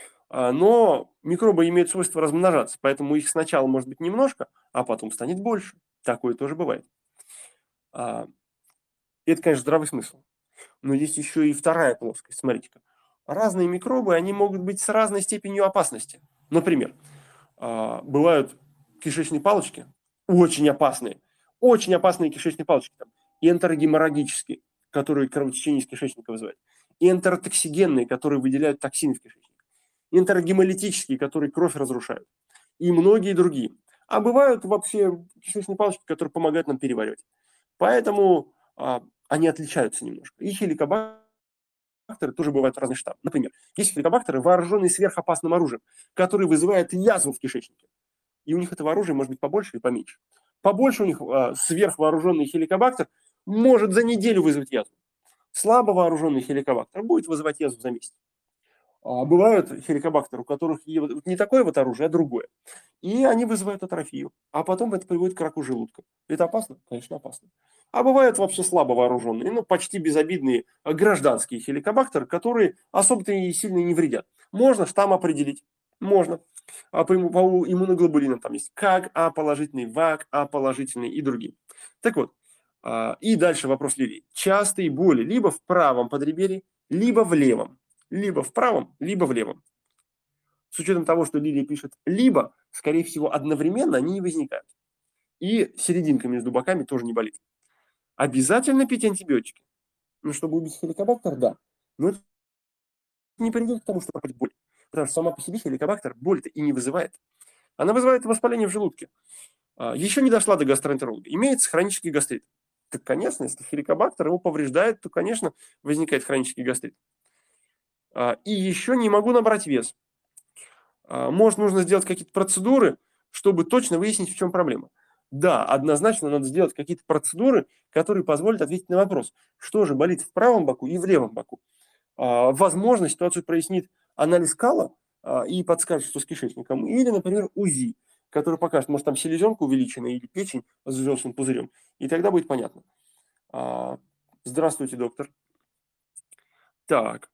Но микробы имеют свойство размножаться, поэтому их сначала может быть немножко, а потом станет больше. Такое тоже бывает. Это, конечно, здравый смысл. Но есть еще и вторая плоскость. Смотрите-ка. Разные микробы, они могут быть с разной степенью опасности. Например, бывают кишечные палочки очень опасные кишечные палочки. Там, энтерогеморрагические, которые кровотечение из кишечника вызывают. Энтеротоксигенные, которые выделяют токсины в кишечник. Энтерогемолитические, которые кровь разрушают. И многие другие. А бывают вообще кишечные палочки, которые помогают нам переваривать. Поэтому они отличаются немножко. И хеликобактеры тоже бывают разных штаммов. Например, есть хеликобактеры, вооруженные сверхопасным оружием, которые вызывают язву в кишечнике. И у них этого оружия может быть побольше и поменьше. Побольше у них сверхвооруженный хеликобактер может за неделю вызвать язву. Слабо вооруженный хеликобактер будет вызывать язву за месяц. Бывают хеликобактеры, у которых не такое вот оружие, а другое. И они вызывают атрофию. А потом это приводит к раку желудка. Это опасно? Конечно, опасно. А бывают вообще слабо вооруженные, почти безобидные гражданские хеликобактеры, которые особо-то и сильно не вредят. Можно штамм определить. Можно. По иммуноглобулинам там есть КАГ А положительный, ВАГ А положительный и другие. Так вот. И дальше вопрос Лилии. Частые боли либо в правом подреберье, либо в левом. Либо в правом, либо в левом. С учетом того, что Лилия пишет «либо», скорее всего, одновременно они не возникают. И серединка между боками тоже не болит. Обязательно пить антибиотики. Чтобы убить хеликобактер, да. Но это не приведет к тому, что проходит боль. Потому что сама по себе хеликобактер боль-то и не вызывает. Она вызывает воспаление в желудке. Еще не дошла до гастроэнтеролога. Имеется хронический гастрит. Так, конечно, если хеликобактер его повреждает, то, конечно, возникает хронический гастрит. И еще не могу набрать вес. Может, нужно сделать какие-то процедуры, чтобы точно выяснить, в чем проблема. Да, однозначно надо сделать какие-то процедуры, которые позволят ответить на вопрос, что же болит в правом боку и в левом боку. Возможно, ситуацию прояснит анализ кала и подскажет, что с кишечником. Или, например, УЗИ, который покажет, может, там селезенка увеличена или печень с желчным пузырем. И тогда будет понятно. Здравствуйте, доктор. Так.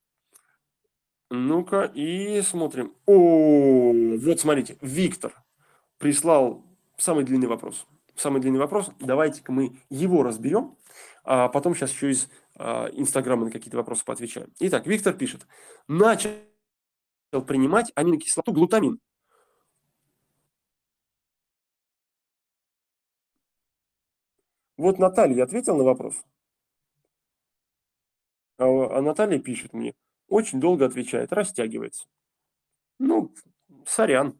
Ну-ка, и смотрим. Вот смотрите, Виктор прислал самый длинный вопрос. Давайте-ка мы его разберем, а потом сейчас еще из Инстаграма на какие-то вопросы поотвечаем. Итак, Виктор пишет. Начал принимать аминокислоту глутамин. Вот Наталья ответил на вопрос. А Наталья пишет мне. Очень долго отвечает, растягивается. Сорян.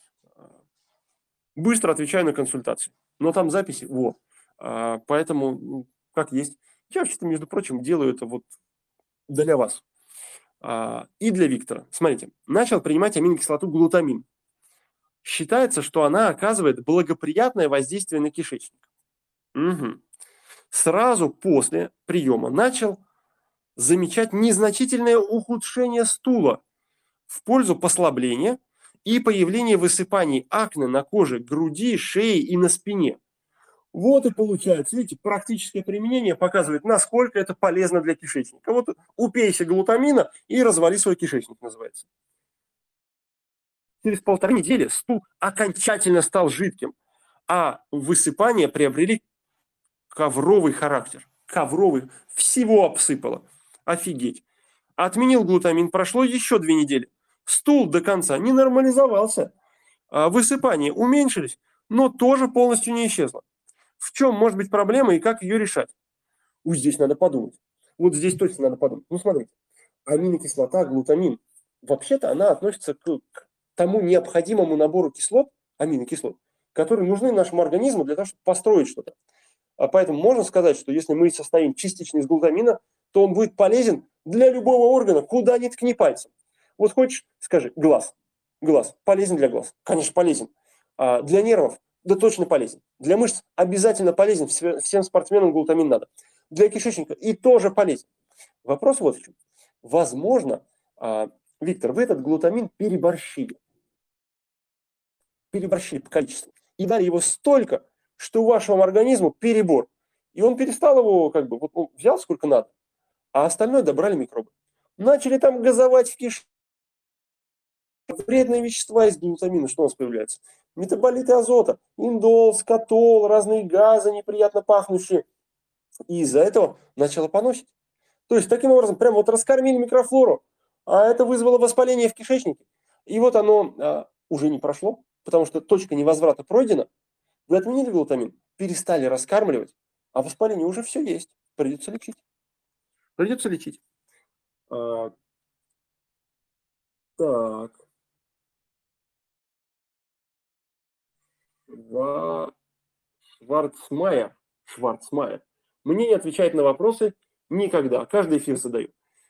Быстро отвечаю на консультации. Но там записи, поэтому, как есть. Я вообще-то, между прочим, делаю это вот для вас. И для Виктора. Смотрите, начал принимать аминокислоту глутамин. Считается, что она оказывает благоприятное воздействие на кишечник. Угу. Сразу после приема начал замечать незначительное ухудшение стула в пользу послабления и появления высыпаний акне на коже груди, шеи и на спине. Вот и получается, видите, практическое применение показывает, насколько это полезно для кишечника. Вот упейся глутамина и развали свой кишечник, называется. Через 1,5 недели стул окончательно стал жидким, а высыпания приобрели ковровый характер. Ковровый. Всего обсыпало. Офигеть. Отменил глутамин, прошло еще 2 недели. Стул до конца не нормализовался. Высыпания уменьшились, но тоже полностью не исчезло. В чем может быть проблема и как ее решать? Здесь надо подумать. Вот здесь точно надо подумать. Смотрите. Аминокислота, глутамин. Вообще-то она относится к тому необходимому набору кислот, аминокислот, которые нужны нашему организму для того, чтобы построить что-то. Поэтому можно сказать, что если мы состоим частично из глутамина, то он будет полезен для любого органа, куда ни ткни пальцем. Вот хочешь, скажи, глаз. Глаз полезен для глаз? Конечно, полезен. Для нервов? Да точно полезен. Для мышц обязательно полезен. Всем спортсменам глутамин надо. Для кишечника и тоже полезен. Вопрос вот в чем. Возможно, Виктор, вы этот глутамин переборщили. Переборщили по количеству. И дали его столько, что у вашего организма перебор. И он перестал его, вот он взял сколько надо, а остальное добрали микробы. Начали там газовать в кишечнике. Вредные вещества из глутамина, что у нас появляется? Метаболиты азота, индол, скотол, разные газы неприятно пахнущие. И из-за этого начало поносить. То есть, таким образом, прям вот раскормили микрофлору, а это вызвало воспаление в кишечнике. И вот оно уже не прошло, потому что точка невозврата пройдена. Вы отменили глутамин, перестали раскармливать, а воспаление уже все есть. Придется лечить. Придется лечить. Так. Шварцмайер. Мне не отвечает на вопросы никогда. Каждый эфир задаю.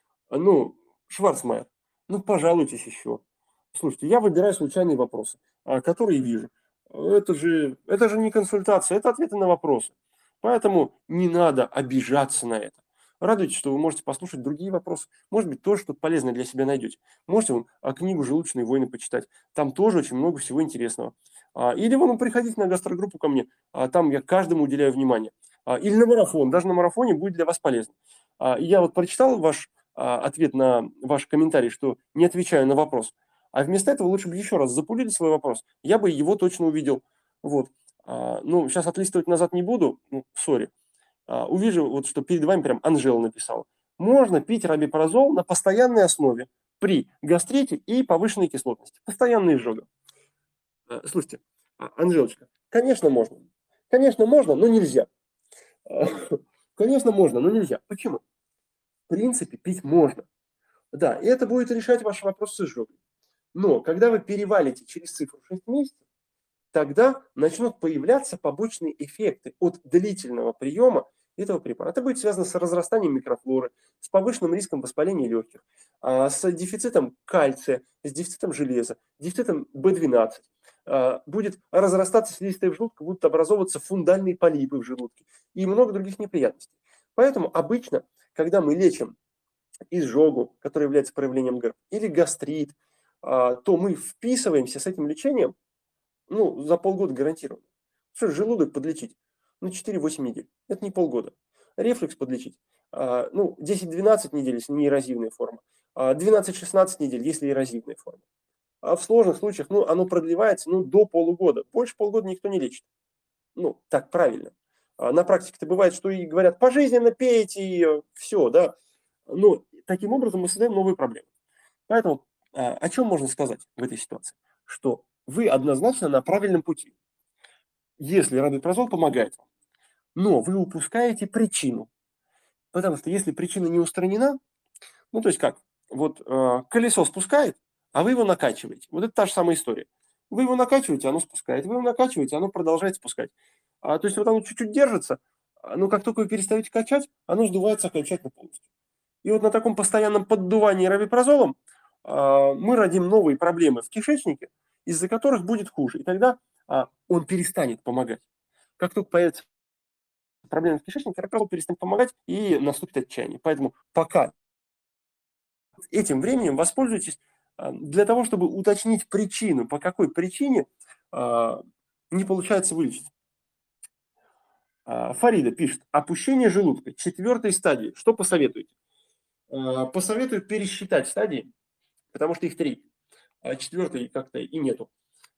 Шварцмайер, пожалуйтесь еще. Слушайте, я выбираю случайные вопросы, которые вижу. Это же не консультация, это ответы на вопросы. Поэтому не надо обижаться на это. Радуйтесь, что вы можете послушать другие вопросы. Может быть, тоже что-то полезное для себя найдете. Можете книгу «Желудочные войны» почитать. Там тоже очень много всего интересного. Или приходите на гастрогруппу ко мне. Там я каждому уделяю внимание. Или на марафон. Даже на марафоне будет для вас полезно. Я прочитал ваш ответ на ваш комментарий, что не отвечаю на вопрос. А вместо этого лучше бы еще раз запулили свой вопрос. Я бы его точно увидел. Сейчас отлистывать назад не буду. Сори. Увижу, что перед вами прям Анжела написала. Можно пить рабипрозол на постоянной основе при гастрите и повышенной кислотности. Постоянная изжога. Слушайте, Анжелочка, конечно можно. Конечно можно, но нельзя. Конечно можно, но нельзя. Почему? В принципе, пить можно. Да, и это будет решать ваш вопрос с изжогой. Но когда вы перевалите через цифру 6 месяцев, тогда начнут появляться побочные эффекты от длительного приема этого препарата. Это будет связано с разрастанием микрофлоры, с повышенным риском воспаления легких, с дефицитом кальция, с дефицитом железа, дефицитом B12. Будет разрастаться слизистая в желудке, будут образовываться фундальные полипы в желудке и много других неприятностей. Поэтому обычно, когда мы лечим изжогу, которая является проявлением ГЭРБ, или гастрит, то мы вписываемся с этим лечением за полгода гарантированно. Что желудок подлечить? 4-8 недель. Это не полгода. Рефлюкс подлечить? 10-12 недель, если не эрозивная форма. 12-16 недель, если эрозивная форма. А в сложных случаях, оно продлевается, до полугода. Больше полгода никто не лечит. Так правильно. На практике-то бывает, что и говорят, пожизненно пейте, и все, да. Таким образом мы создаем новые проблемы. Поэтому о чем можно сказать в этой ситуации? Что вы однозначно на правильном пути, если рабипрозол помогает вам. Но вы упускаете причину. Потому что если причина не устранена, то есть как? Колесо спускает, а вы его накачиваете. Это та же самая история. Вы его накачиваете, оно спускает. Вы его накачиваете, оно продолжает спускать. То есть оно чуть-чуть держится, но как только вы перестаете качать, оно сдувается окончательно полностью. И на таком постоянном поддувании рабипрозолом мы родим новые проблемы в кишечнике, из-за которых будет хуже. И тогда он перестанет помогать. Как только появится проблема в кишечнике, рабипрозол перестанет помогать и наступит отчаяние. Поэтому пока этим временем воспользуйтесь для того, чтобы уточнить причину, по какой причине не получается вылечить. Фарида пишет, опущение желудка 4-й стадии. Что посоветуете? Посоветую пересчитать стадии, потому что их 3. 4-й как-то и нету.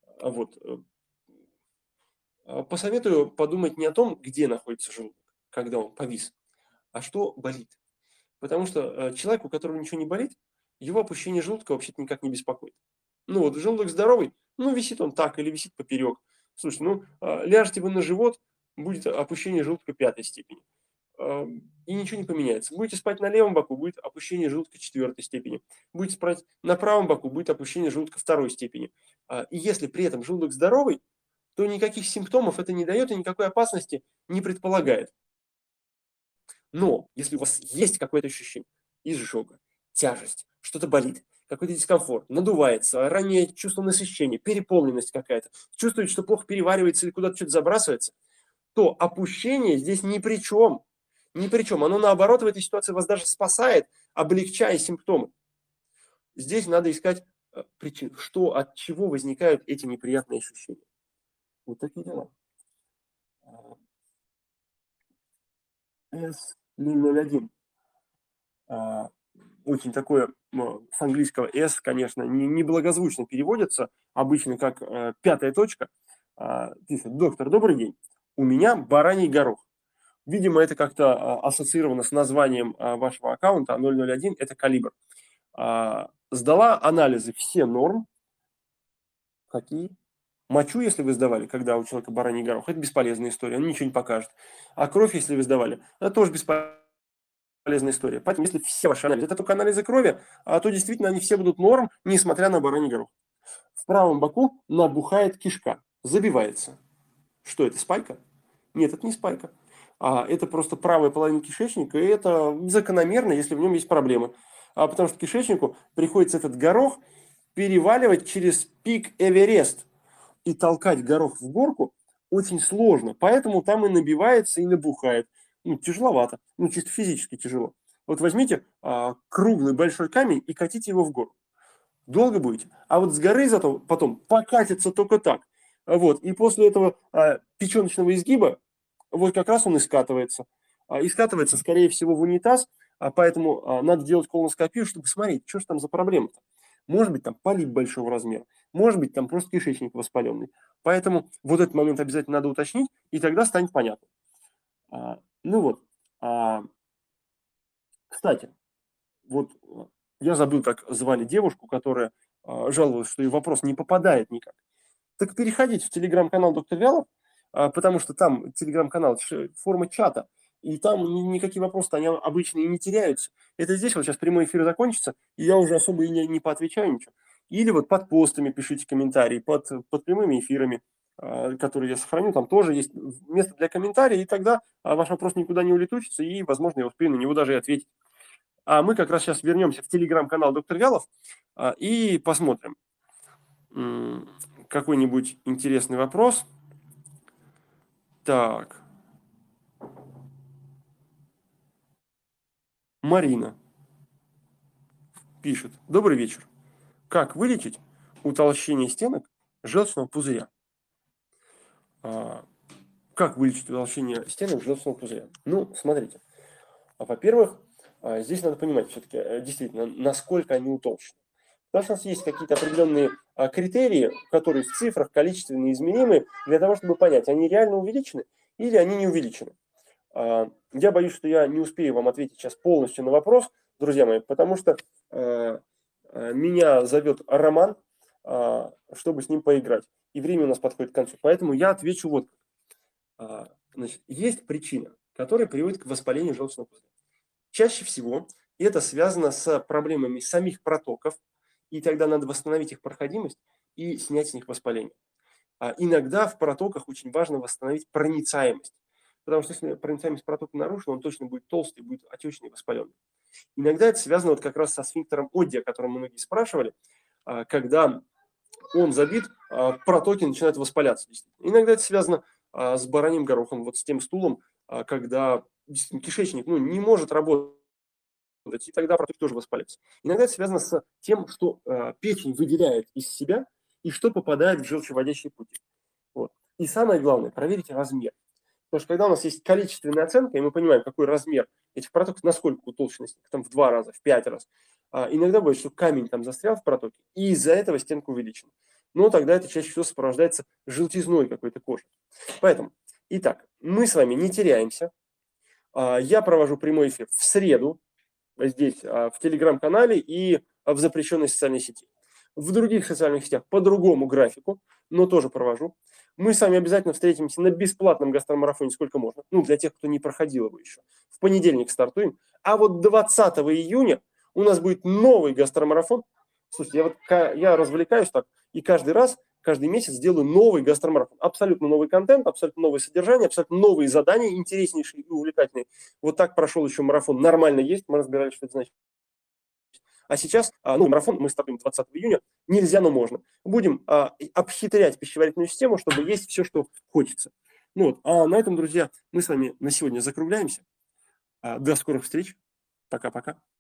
Посоветую подумать не о том, где находится желудок, когда он повис, а что болит. Потому что человек, у которого ничего не болит, его опущение желудка вообще-то никак не беспокоит. Желудок здоровый, висит он так или висит поперек. Слушайте, ляжете вы на живот, будет опущение желудка 5-й степени. И ничего не поменяется. Будете спать на левом боку, будет опущение желудка 4-й степени. Будете спать на правом боку, будет опущение желудка 2-й степени. И если при этом желудок здоровый, то никаких симптомов это не дает и никакой опасности не предполагает. Но если у вас есть какое-то ощущение, изжога, тяжесть, что-то болит, какой-то дискомфорт, надувается, раннее чувство насыщения, переполненность какая-то, чувствуете, что плохо переваривается или куда-то что-то забрасывается, то опущение здесь ни при чем. Ни при чем. Оно, наоборот, в этой ситуации вас даже спасает, облегчая симптомы. Здесь надо искать причин, что, от чего возникают эти неприятные ощущения. Вот такие дела. S001. Очень такое, с английского S, конечно, неблагозвучно переводится, обычно как пятая точка. Пишет: доктор, добрый день, у меня бараний горох. Видимо, это как-то ассоциировано с названием вашего аккаунта 001, это калибр. Сдала анализы, все норм. Какие? Мочу, если вы сдавали, когда у человека бараний горох, это бесполезная история, он ничего не покажет. А кровь, если вы сдавали, это тоже бесполезная история. Поэтому, если все ваши анализы, это только анализы крови, то действительно они все будут норм, несмотря на бараний горох. В правом боку набухает кишка, забивается. Что это, спайка? Нет, это не спайка. Это просто правая половина кишечника, и это закономерно, если в нем есть проблемы. Потому что кишечнику приходится этот горох переваливать через пик Эверест. И толкать горох в горку очень сложно. Поэтому там и набивается, и набухает. Тяжеловато. Чисто физически тяжело. Вот возьмите круглый большой камень и катите его в гору. Долго будете. А вот с горы зато потом покатится только так. Вот. И после этого печеночного изгиба вот как раз он и скатывается. И скатывается, скорее всего, в унитаз. Поэтому надо делать колоноскопию, чтобы смотреть, что же там за проблема-то. Может быть, там полип большого размера. Может быть, там просто кишечник воспаленный. Поэтому вот этот момент обязательно надо уточнить, и тогда станет понятно. Кстати, вот я забыл, как звали девушку, которая жаловалась, что ее вопрос не попадает никак. Так переходите в телеграм-канал Доктор Вялов, потому что там телеграм-канал, форма чата, и там никакие вопросы, они обычно и не теряются. Это здесь вот сейчас прямой эфир закончится, и я уже особо и не поотвечаю ничего. Или вот под постами пишите комментарии, под прямыми эфирами, которые я сохраню, там тоже есть место для комментариев, и тогда ваш вопрос никуда не улетучится, и, возможно, я успею на него даже и ответить. А мы как раз сейчас вернемся в телеграм-канал Доктор Вялов и посмотрим какой-нибудь интересный вопрос. Так. Марина пишет: добрый вечер. Как вылечить утолщение стенок желчного пузыря? Как вылечить утолщение стенок желчного пузыря? Смотрите. Во-первых, здесь надо понимать все-таки действительно, насколько они утолщены. Потому что у нас есть какие-то определенные критерии, которые в цифрах количественно измеримы, для того, чтобы понять, они реально увеличены или они не увеличены. Я боюсь, что я не успею вам ответить сейчас полностью на вопрос, друзья мои, потому что меня зовет Роман, чтобы с ним поиграть. И время у нас подходит к концу. Поэтому я отвечу вот. Значит, есть причина, которая приводит к воспалению желчного пузыря. Чаще всего это связано с проблемами самих протоков, и тогда надо восстановить их проходимость и снять с них воспаление. Иногда в протоках очень важно восстановить проницаемость. Потому что если проницаемость протока нарушена, он точно будет толстый, будет отечный и воспаленный. Иногда это связано вот как раз со сфинктером Одди, о котором многие спрашивали, когда он забит, протоки начинают воспаляться. Иногда это связано с бараньим горохом, вот с тем стулом, когда кишечник не может работать, и тогда протоки тоже воспаляются. Иногда это связано с тем, что печень выделяет из себя и что попадает в желчевыводящие пути. Вот. И самое главное, проверить размер. Потому что когда у нас есть количественная оценка, и мы понимаем, какой размер этих протоков, насколько утолщенность, там в 2 раза, в 5 раз, иногда бывает, что камень там застрял в протоке, и из-за этого стенка увеличена. Но тогда это чаще всего сопровождается желтизной какой-то кожи. Поэтому, итак, мы с вами не теряемся. Я провожу прямой эфир в среду здесь, в телеграм-канале и в запрещенной социальной сети. В других социальных сетях по другому графику, но тоже провожу. Мы с вами обязательно встретимся на бесплатном гастромарафоне, сколько можно. Для тех, кто не проходил его еще. В понедельник стартуем. А вот 20 июня у нас будет новый гастромарафон. Слушайте, я развлекаюсь так. И каждый раз, каждый месяц делаю новый гастромарафон. Абсолютно новый контент, абсолютно новое содержание, абсолютно новые задания, интереснейшие и увлекательные. Вот так прошел еще марафон. Нормально есть, мы разбирались, что это значит. А сейчас, марафон мы стартуем 20 июня. Нельзя, но можно. Будем обхитрять пищеварительную систему, чтобы есть все, что хочется. А на этом, друзья, мы с вами на сегодня закругляемся. До скорых встреч. Пока-пока.